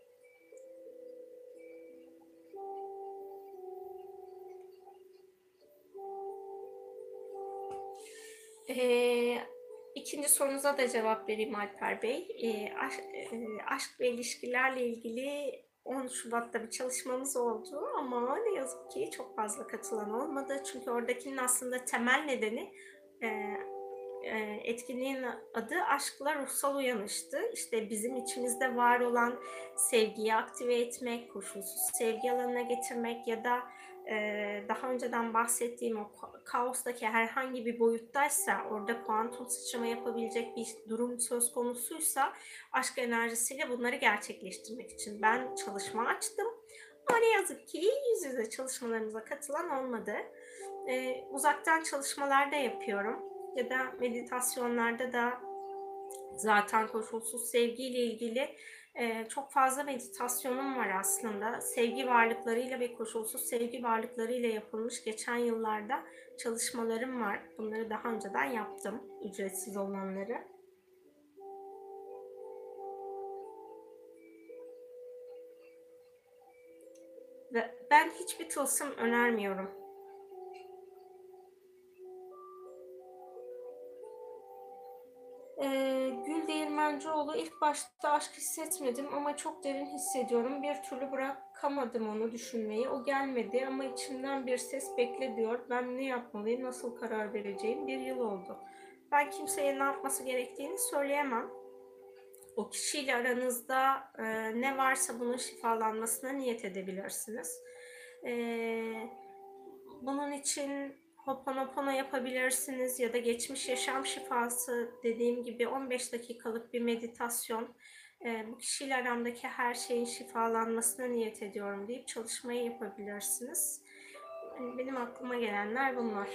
Eee, ikinci sorunuza da cevap vereyim Alper Bey. Eee, aş eee, aşk ve ilişkilerle ilgili on Şubat'ta bir çalışmamız oldu ama ne yazık ki çok fazla katılan olmadı. Çünkü oradakinin aslında temel nedeni, eee, eee, etkinliğin adı Aşkla Ruhsal Uyanış'tı. İşte bizim içimizde var olan sevgiyi aktive etmek, koşulsuz sevgi alanına getirmek ya da Eee, daha önceden bahsettiğim o ka kaostaki herhangi bir boyuttaysa, orada kuantum sıçrama yapabilecek bir durum söz konusuysa aşk enerjisiyle bunları gerçekleştirmek için ben çalışma açtım. Ama ne yazık ki yüz yüze çalışmalarımıza katılan olmadı. Eee, uzaktan çalışmalar da yapıyorum ya da meditasyonlarda da zaten koşulsuz sevgiyle ilgili Eee, çok fazla meditasyonum var aslında. Sevgi varlıklarıyla ve koşulsuz sevgi varlıklarıyla yapılmış geçen yıllarda çalışmalarım var. Bunları daha önceden yaptım, ücretsiz olanları. Ve ben hiçbir tılsım önermiyorum. Eee, Gül Değirmencioğlu ilk başta aşk hissetmedim ama çok derin hissediyorum. Bir türlü bırakamadım onu düşünmeyi. O gelmedi ama içimden bir ses bekle diyor. Ben ne yapmalıyım, nasıl karar vereceğim? Bir yıl oldu. Ben kimseye ne yapması gerektiğini söyleyemem. O kişiyle aranızda e, ne varsa bunun şifalanmasına niyet edebilirsiniz. E, Bunun için Ho'oponopono yapabilirsiniz ya da geçmiş yaşam şifası dediğim gibi on beş dakikalık bir meditasyon. E, bu kişiyle aramdaki her şeyin şifalanmasına niyet ediyorum deyip çalışmayı yapabilirsiniz. Yani benim aklıma gelenler bunlar.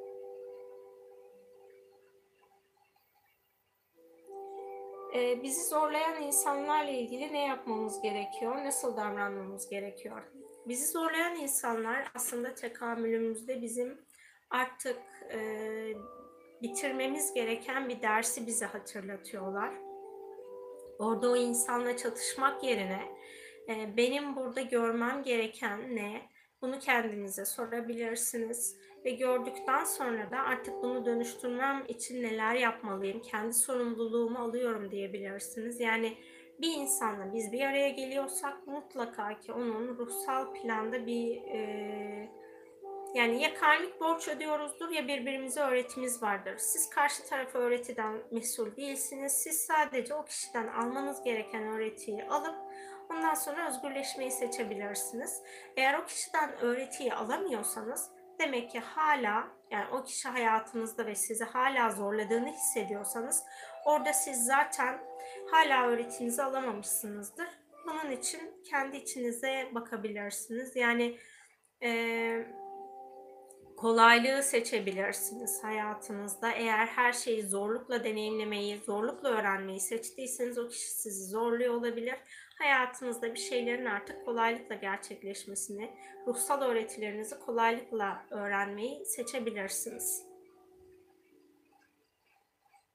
Ee, bizi zorlayan insanlarla ilgili ne yapmamız gerekiyor? Nasıl davranmamız gerekiyor? Bizi zorlayan insanlar aslında tekamülümüzde bizim artık e, bitirmemiz gereken bir dersi bize hatırlatıyorlar. Orada o insanla çatışmak yerine e, benim burada görmem gereken ne? Bunu kendinize sorabilirsiniz ve gördükten sonra da artık bunu dönüştürmem için neler yapmalıyım, kendi sorumluluğumu alıyorum diyebilirsiniz. Yani bir insanla biz bir araya geliyorsak mutlaka ki onun ruhsal planda bir e, yani ya karmik borç ödüyoruzdur ya birbirimize öğretimiz vardır. Siz karşı tarafa öğretiden mesul değilsiniz. Siz sadece o kişiden almanız gereken öğretiyi alıp ondan sonra özgürleşmeyi seçebilirsiniz. Eğer o kişiden öğretiyi alamıyorsanız demek ki hala yani o kişi hayatınızda ve sizi hala zorladığını hissediyorsanız orada siz zaten hala öğretinizi alamamışsınızdır. Bunun için kendi içinize bakabilirsiniz. Yani eee kolaylığı seçebilirsiniz hayatınızda. Eğer her şeyi zorlukla deneyimlemeyi, zorlukla öğrenmeyi seçtiyseniz o kişi sizi zorluyor olabilir. Hayatınızda bir şeylerin artık kolaylıkla gerçekleşmesini, ruhsal öğretilerinizi kolaylıkla öğrenmeyi seçebilirsiniz.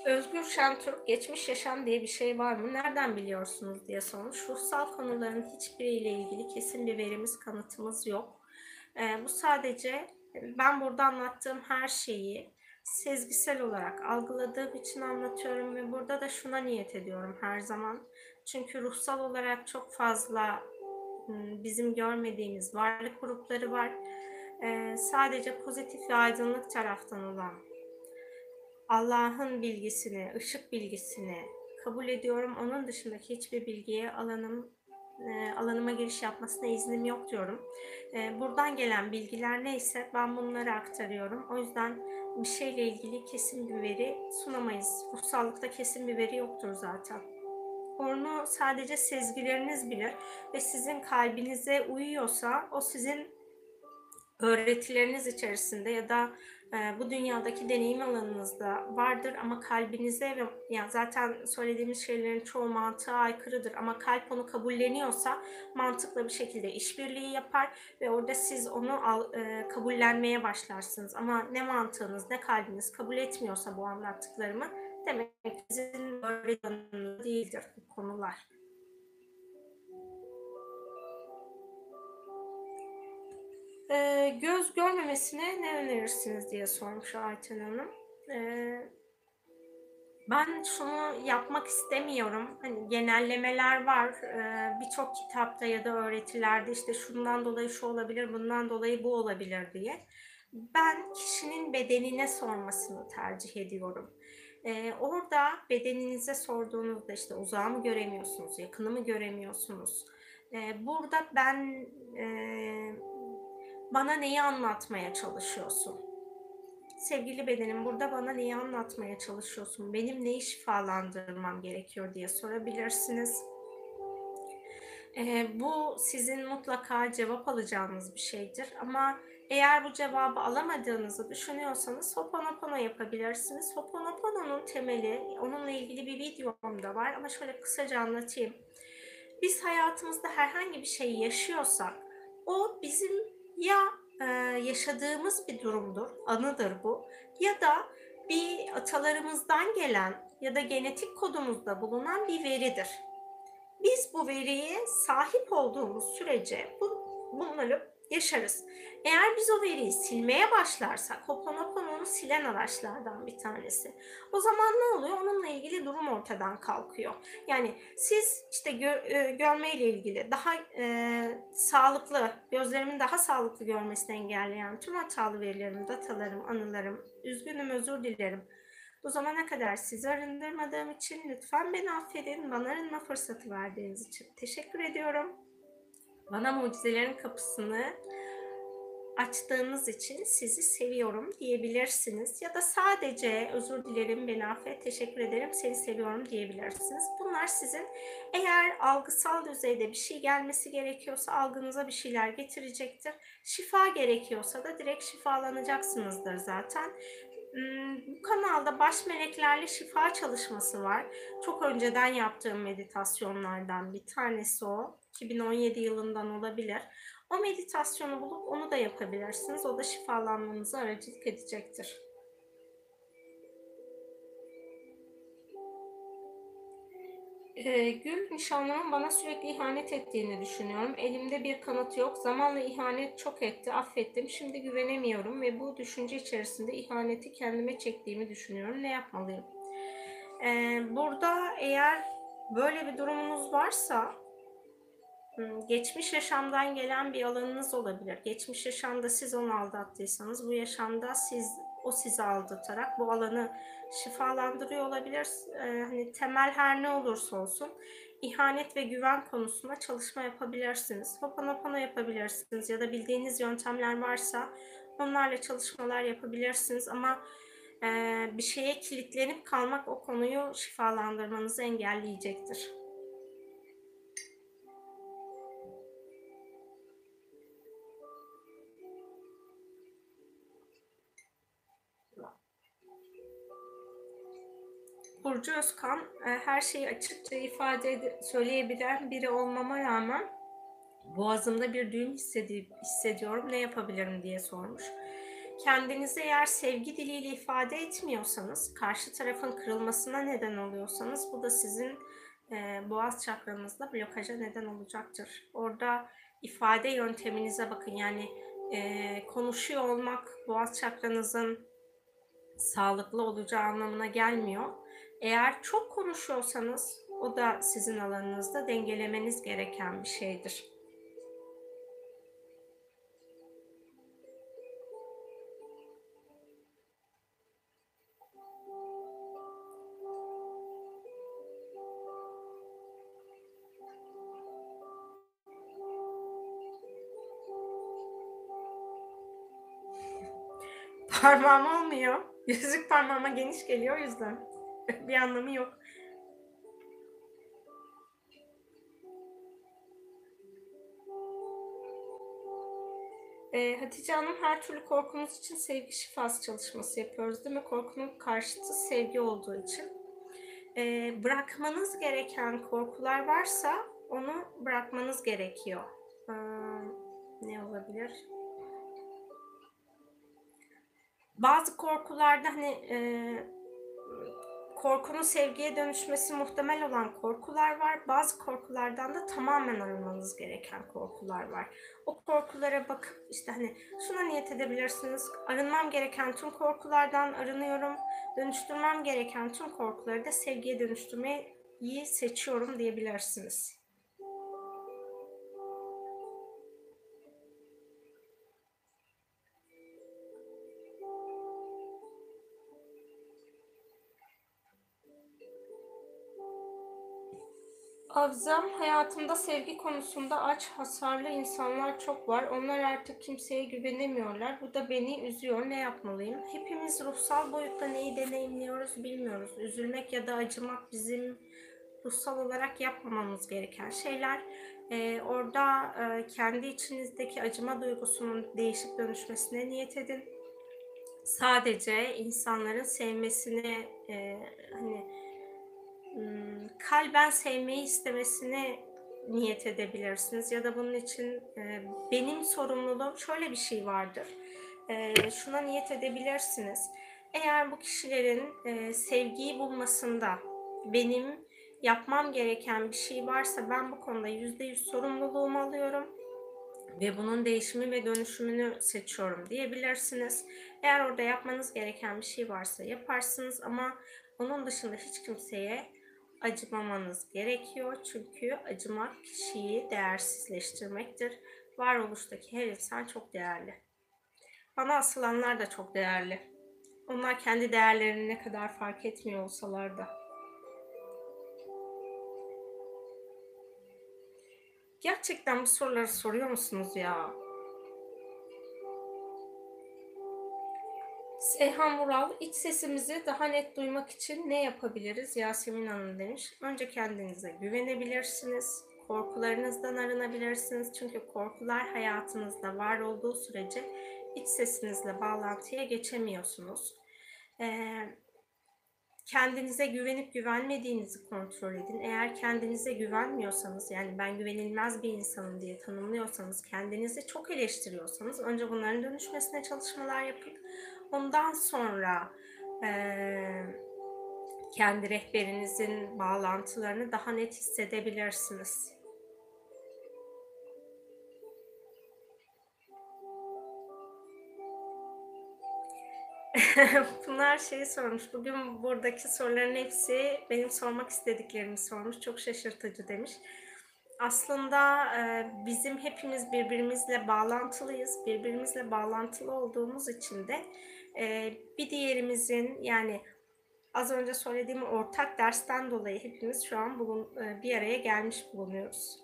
Özgür Şentürk, geçmiş yaşam diye bir şey var mı? Nereden biliyorsunuz diye sormuş. Ruhsal konuların hiçbiriyle ilgili kesin bir verimiz, kanıtımız yok. Ee, bu sadece ben burada anlattığım her şeyi sezgisel olarak algıladığım için anlatıyorum ve burada da şuna niyet ediyorum her zaman. Çünkü ruhsal olarak çok fazla bizim görmediğimiz varlık grupları var. Ee, sadece pozitif ve aydınlık taraftan olan Allah'ın bilgisini, ışık bilgisini kabul ediyorum. Onun dışındaki hiçbir bilgiye alanım, e, alanıma giriş yapmasına iznim yok diyorum. E, buradan gelen bilgiler neyse ben bunları aktarıyorum. O yüzden bir şeyle ilgili kesin bir veri sunamayız. Ruhsallıkta kesin bir veri yoktur zaten. Onu sadece sezgileriniz bilir ve sizin kalbinize uyuyorsa o sizin öğretileriniz içerisinde ya da e, bu dünyadaki deneyim alanınızda vardır ama kalbinize ve yani zaten söylediğimiz şeylerin çoğu mantığa aykırıdır ama kalp onu kabulleniyorsa mantıkla bir şekilde işbirliği yapar ve orada siz onu al, e, kabullenmeye başlarsınız ama ne mantığınız ne kalbiniz kabul etmiyorsa bu anlattıklarımı demek ki sizin böyle değildir bu konular. Ee, göz görmemesine ne önerirsiniz diye sormuş Ayten Hanım. Ee, ben şunu yapmak istemiyorum. Hani genellemeler var. Ee, Birçok kitapta ya da öğretilerde işte şundan dolayı şu olabilir, bundan dolayı bu olabilir diye. Ben kişinin bedenine sormasını tercih ediyorum. Ee, orada bedeninize sorduğunuzda işte uzağı mı göremiyorsunuz, yakını mı göremiyorsunuz? Ee, burada ben e, bana neyi anlatmaya çalışıyorsun? Sevgili bedenim, burada bana neyi anlatmaya çalışıyorsun? Benim neyi şifalandırmam gerekiyor diye sorabilirsiniz. Ee, bu sizin mutlaka cevap alacağınız bir şeydir. Ama eğer bu cevabı alamadığınızı düşünüyorsanız Ho'oponopono yapabilirsiniz. Ho'oponopono'nun temeli, onunla ilgili bir videom da var ama şöyle kısaca anlatayım. Biz hayatımızda herhangi bir şey yaşıyorsak o bizim ya e, yaşadığımız bir durumdur, anıdır bu ya da bir atalarımızdan gelen ya da genetik kodumuzda bulunan bir veridir. Biz bu veriye sahip olduğumuz sürece bu, bunları yaşarız. Eğer biz o veriyi silmeye başlarsak, Ho'oponopono'nu silen araçlardan bir tanesi. O zaman ne oluyor? Onunla ilgili durum ortadan kalkıyor. Yani siz işte gö e, görmeyle ilgili daha e, sağlıklı, gözlerimin daha sağlıklı görmesini engelleyen tüm hatalı verilerim, datalarım, anılarım, üzgünüm, özür dilerim. Bu zamana kadar sizi arındırmadığım için lütfen beni affedin. Bana arınma fırsatı verdiğiniz için teşekkür ediyorum. Bana mucizelerin kapısını açtığınız için sizi seviyorum diyebilirsiniz. Ya da sadece özür dilerim, beni affet, teşekkür ederim, seni seviyorum diyebilirsiniz. Bunlar sizin eğer algısal düzeyde bir şey gelmesi gerekiyorsa algınıza bir şeyler getirecektir. Şifa gerekiyorsa da direkt şifalanacaksınızdır zaten. Bu kanalda baş meleklerle şifa çalışması var. Çok önceden yaptığım meditasyonlardan bir tanesi o. iki bin on yedi yılından olabilir. O meditasyonu bulup onu da yapabilirsiniz. O da şifalanmanıza aracılık edecektir. Ee, Gül, nişanlımın bana sürekli ihanet ettiğini düşünüyorum. Elimde bir kanıt yok. Zamanla ihanet çok etti, affettim. Şimdi güvenemiyorum ve bu düşünce içerisinde ihaneti kendime çektiğimi düşünüyorum. Ne yapmalıyım? Ee, burada eğer böyle bir durumunuz varsa geçmiş yaşamdan gelen bir alanınız olabilir. Geçmiş yaşamda siz onu aldattıysanız bu yaşamda siz o sizi aldatarak bu alanı şifalandırıyor olabilir. Ee, hani temel her ne olursa olsun ihanet ve güven konusunda çalışma yapabilirsiniz. Ho'oponopono yapabilirsiniz ya da bildiğiniz yöntemler varsa onlarla çalışmalar yapabilirsiniz ama e, bir şeye kilitlenip kalmak o konuyu şifalandırmanızı engelleyecektir. Burcu Özkan, her şeyi açıkça ifade edip söyleyebilen biri olmama rağmen boğazımda bir düğüm hissediyorum, ne yapabilirim diye sormuş. Kendinizi eğer sevgi diliyle ifade etmiyorsanız, karşı tarafın kırılmasına neden oluyorsanız bu da sizin e, boğaz çakranızda blokaja neden olacaktır. Orada ifade yönteminize bakın. Yani e, konuşuyor olmak boğaz çakranızın sağlıklı olacağı anlamına gelmiyor. Eğer çok konuşuyorsanız o da sizin alanınızda dengelemeniz gereken bir şeydir. Parmağım olmuyor. Yüzük parmağıma geniş geliyor o yüzden. Bir anlamı yok. Ee, Hatice Hanım, her türlü korkumuz için sevgi şifası çalışması yapıyoruz değil mi? Korkunun karşıtı sevgi olduğu için. Ee, bırakmanız gereken korkular varsa onu bırakmanız gerekiyor. Ee, ne olabilir? Bazı korkularda hani e, korkunun sevgiye dönüşmesi muhtemel olan korkular var. Bazı korkulardan da tamamen arınmanız gereken korkular var. O korkulara bakıp işte hani şuna niyet edebilirsiniz. Arınmam gereken tüm korkulardan arınıyorum. Dönüştürmem gereken tüm korkuları da sevgiye dönüştürmeyi seçiyorum diyebilirsiniz. Avzam, hayatımda sevgi konusunda aç, hasarlı insanlar çok var. Onlar artık kimseye güvenemiyorlar. Bu da beni üzüyor. Ne yapmalıyım? Hepimiz ruhsal boyutta neyi deneyimliyoruz bilmiyoruz. Üzülmek ya da acımak bizim ruhsal olarak yapmamamız gereken şeyler. Ee, orada e, kendi içinizdeki acıma duygusunun değişip dönüşmesine niyet edin. Sadece insanların sevmesine e, hani kalben sevmeyi istemesini niyet edebilirsiniz. Ya da bunun için e, benim sorumluluğum şöyle bir şey vardır. E, şuna niyet edebilirsiniz. Eğer bu kişilerin e, sevgiyi bulmasında benim yapmam gereken bir şey varsa ben bu konuda yüzde yüz sorumluluğumu alıyorum ve bunun değişimi ve dönüşümünü seçiyorum diyebilirsiniz. Eğer orada yapmanız gereken bir şey varsa yaparsınız ama onun dışında hiç kimseye acımamanız gerekiyor. Çünkü acımak kişiyi değersizleştirmektir. Varoluştaki her insan çok değerli. Bana asılanlar da çok değerli. Onlar kendi değerlerini ne kadar fark etmiyor olsalar da. Gerçekten bu soruları soruyor musunuz ya? Seyhan Vural, iç sesimizi daha net duymak için ne yapabiliriz? Yasemin Hanım demiş. Önce kendinize güvenebilirsiniz. Korkularınızdan arınabilirsiniz. Çünkü korkular hayatınızda var olduğu sürece iç sesinizle bağlantıya geçemiyorsunuz. Ee, kendinize güvenip güvenmediğinizi kontrol edin. Eğer kendinize güvenmiyorsanız, yani ben güvenilmez bir insanım diye tanımlıyorsanız, kendinizi çok eleştiriyorsanız önce bunların dönüşmesine çalışmalar yapın. Ondan sonra e, kendi rehberinizin bağlantılarını daha net hissedebilirsiniz. Pınar şeyi sormuş. Bugün buradaki soruların hepsi benim sormak istediklerimi sormuş. Çok şaşırtıcı demiş. Aslında e, bizim hepimiz birbirimizle bağlantılıyız. Birbirimizle bağlantılı olduğumuz için de e, bir diğerimizin, yani az önce söylediğim ortak dersten dolayı hepimiz şu an bulun, e, bir araya gelmiş bulunuyoruz.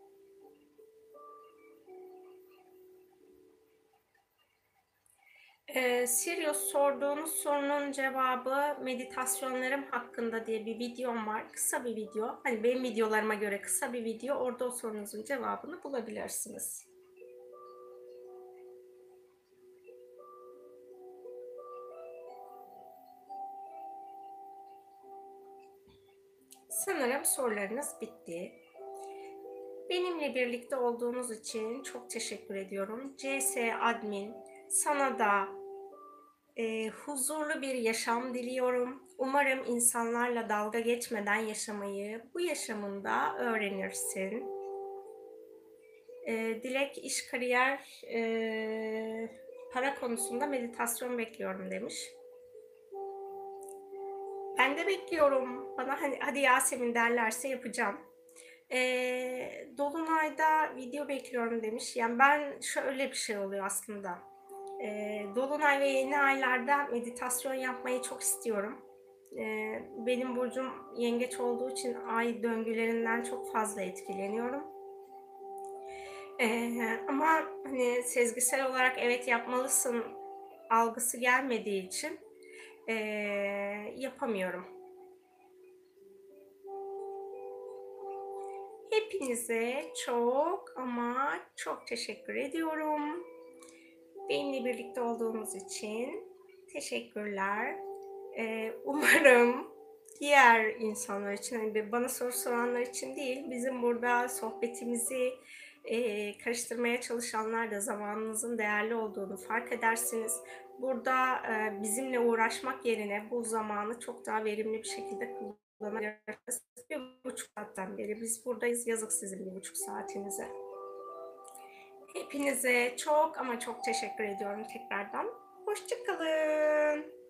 Ee, Sirius, sorduğunuz sorunun cevabı meditasyonlarım hakkında diye bir videom var. Kısa bir video. Hani benim videolarıma göre kısa bir video. Orada o sorunuzun cevabını bulabilirsiniz. Sanırım sorularınız bitti. Benimle birlikte olduğunuz için çok teşekkür ediyorum. C S Admin, sana da Eee, huzurlu bir yaşam diliyorum. Umarım insanlarla dalga geçmeden yaşamayı bu yaşamında öğrenirsin. Eee, Dilek, iş, kariyer, eee, para konusunda meditasyon bekliyorum demiş. Ben de bekliyorum. Bana hani hadi Yasemin derlerse yapacağım. Eee, Dolunay'da video bekliyorum demiş. Yani ben şöyle bir şey oluyor aslında. Eee, Dolunay ve yeni aylarda meditasyon yapmayı çok istiyorum. Eee, benim burcum yengeç olduğu için ay döngülerinden çok fazla etkileniyorum. Eee, ama hani sezgisel olarak evet yapmalısın algısı gelmediği için eee, yapamıyorum. Hepinize çok ama çok teşekkür ediyorum. Benimle birlikte olduğunuz için teşekkürler. Eee, umarım diğer insanlar için, hani bana soru soranlar için değil, bizim burada sohbetimizi eee, karıştırmaya çalışanlar da zamanınızın değerli olduğunu fark edersiniz. Burada eee, bizimle uğraşmak yerine bu zamanı çok daha verimli bir şekilde kullanabilirsiniz. Bir buçuk saatten beri biz buradayız. Yazık sizin bir buçuk saatinize. Hepinize çok ama çok teşekkür ediyorum tekrardan. Hoşça kalın.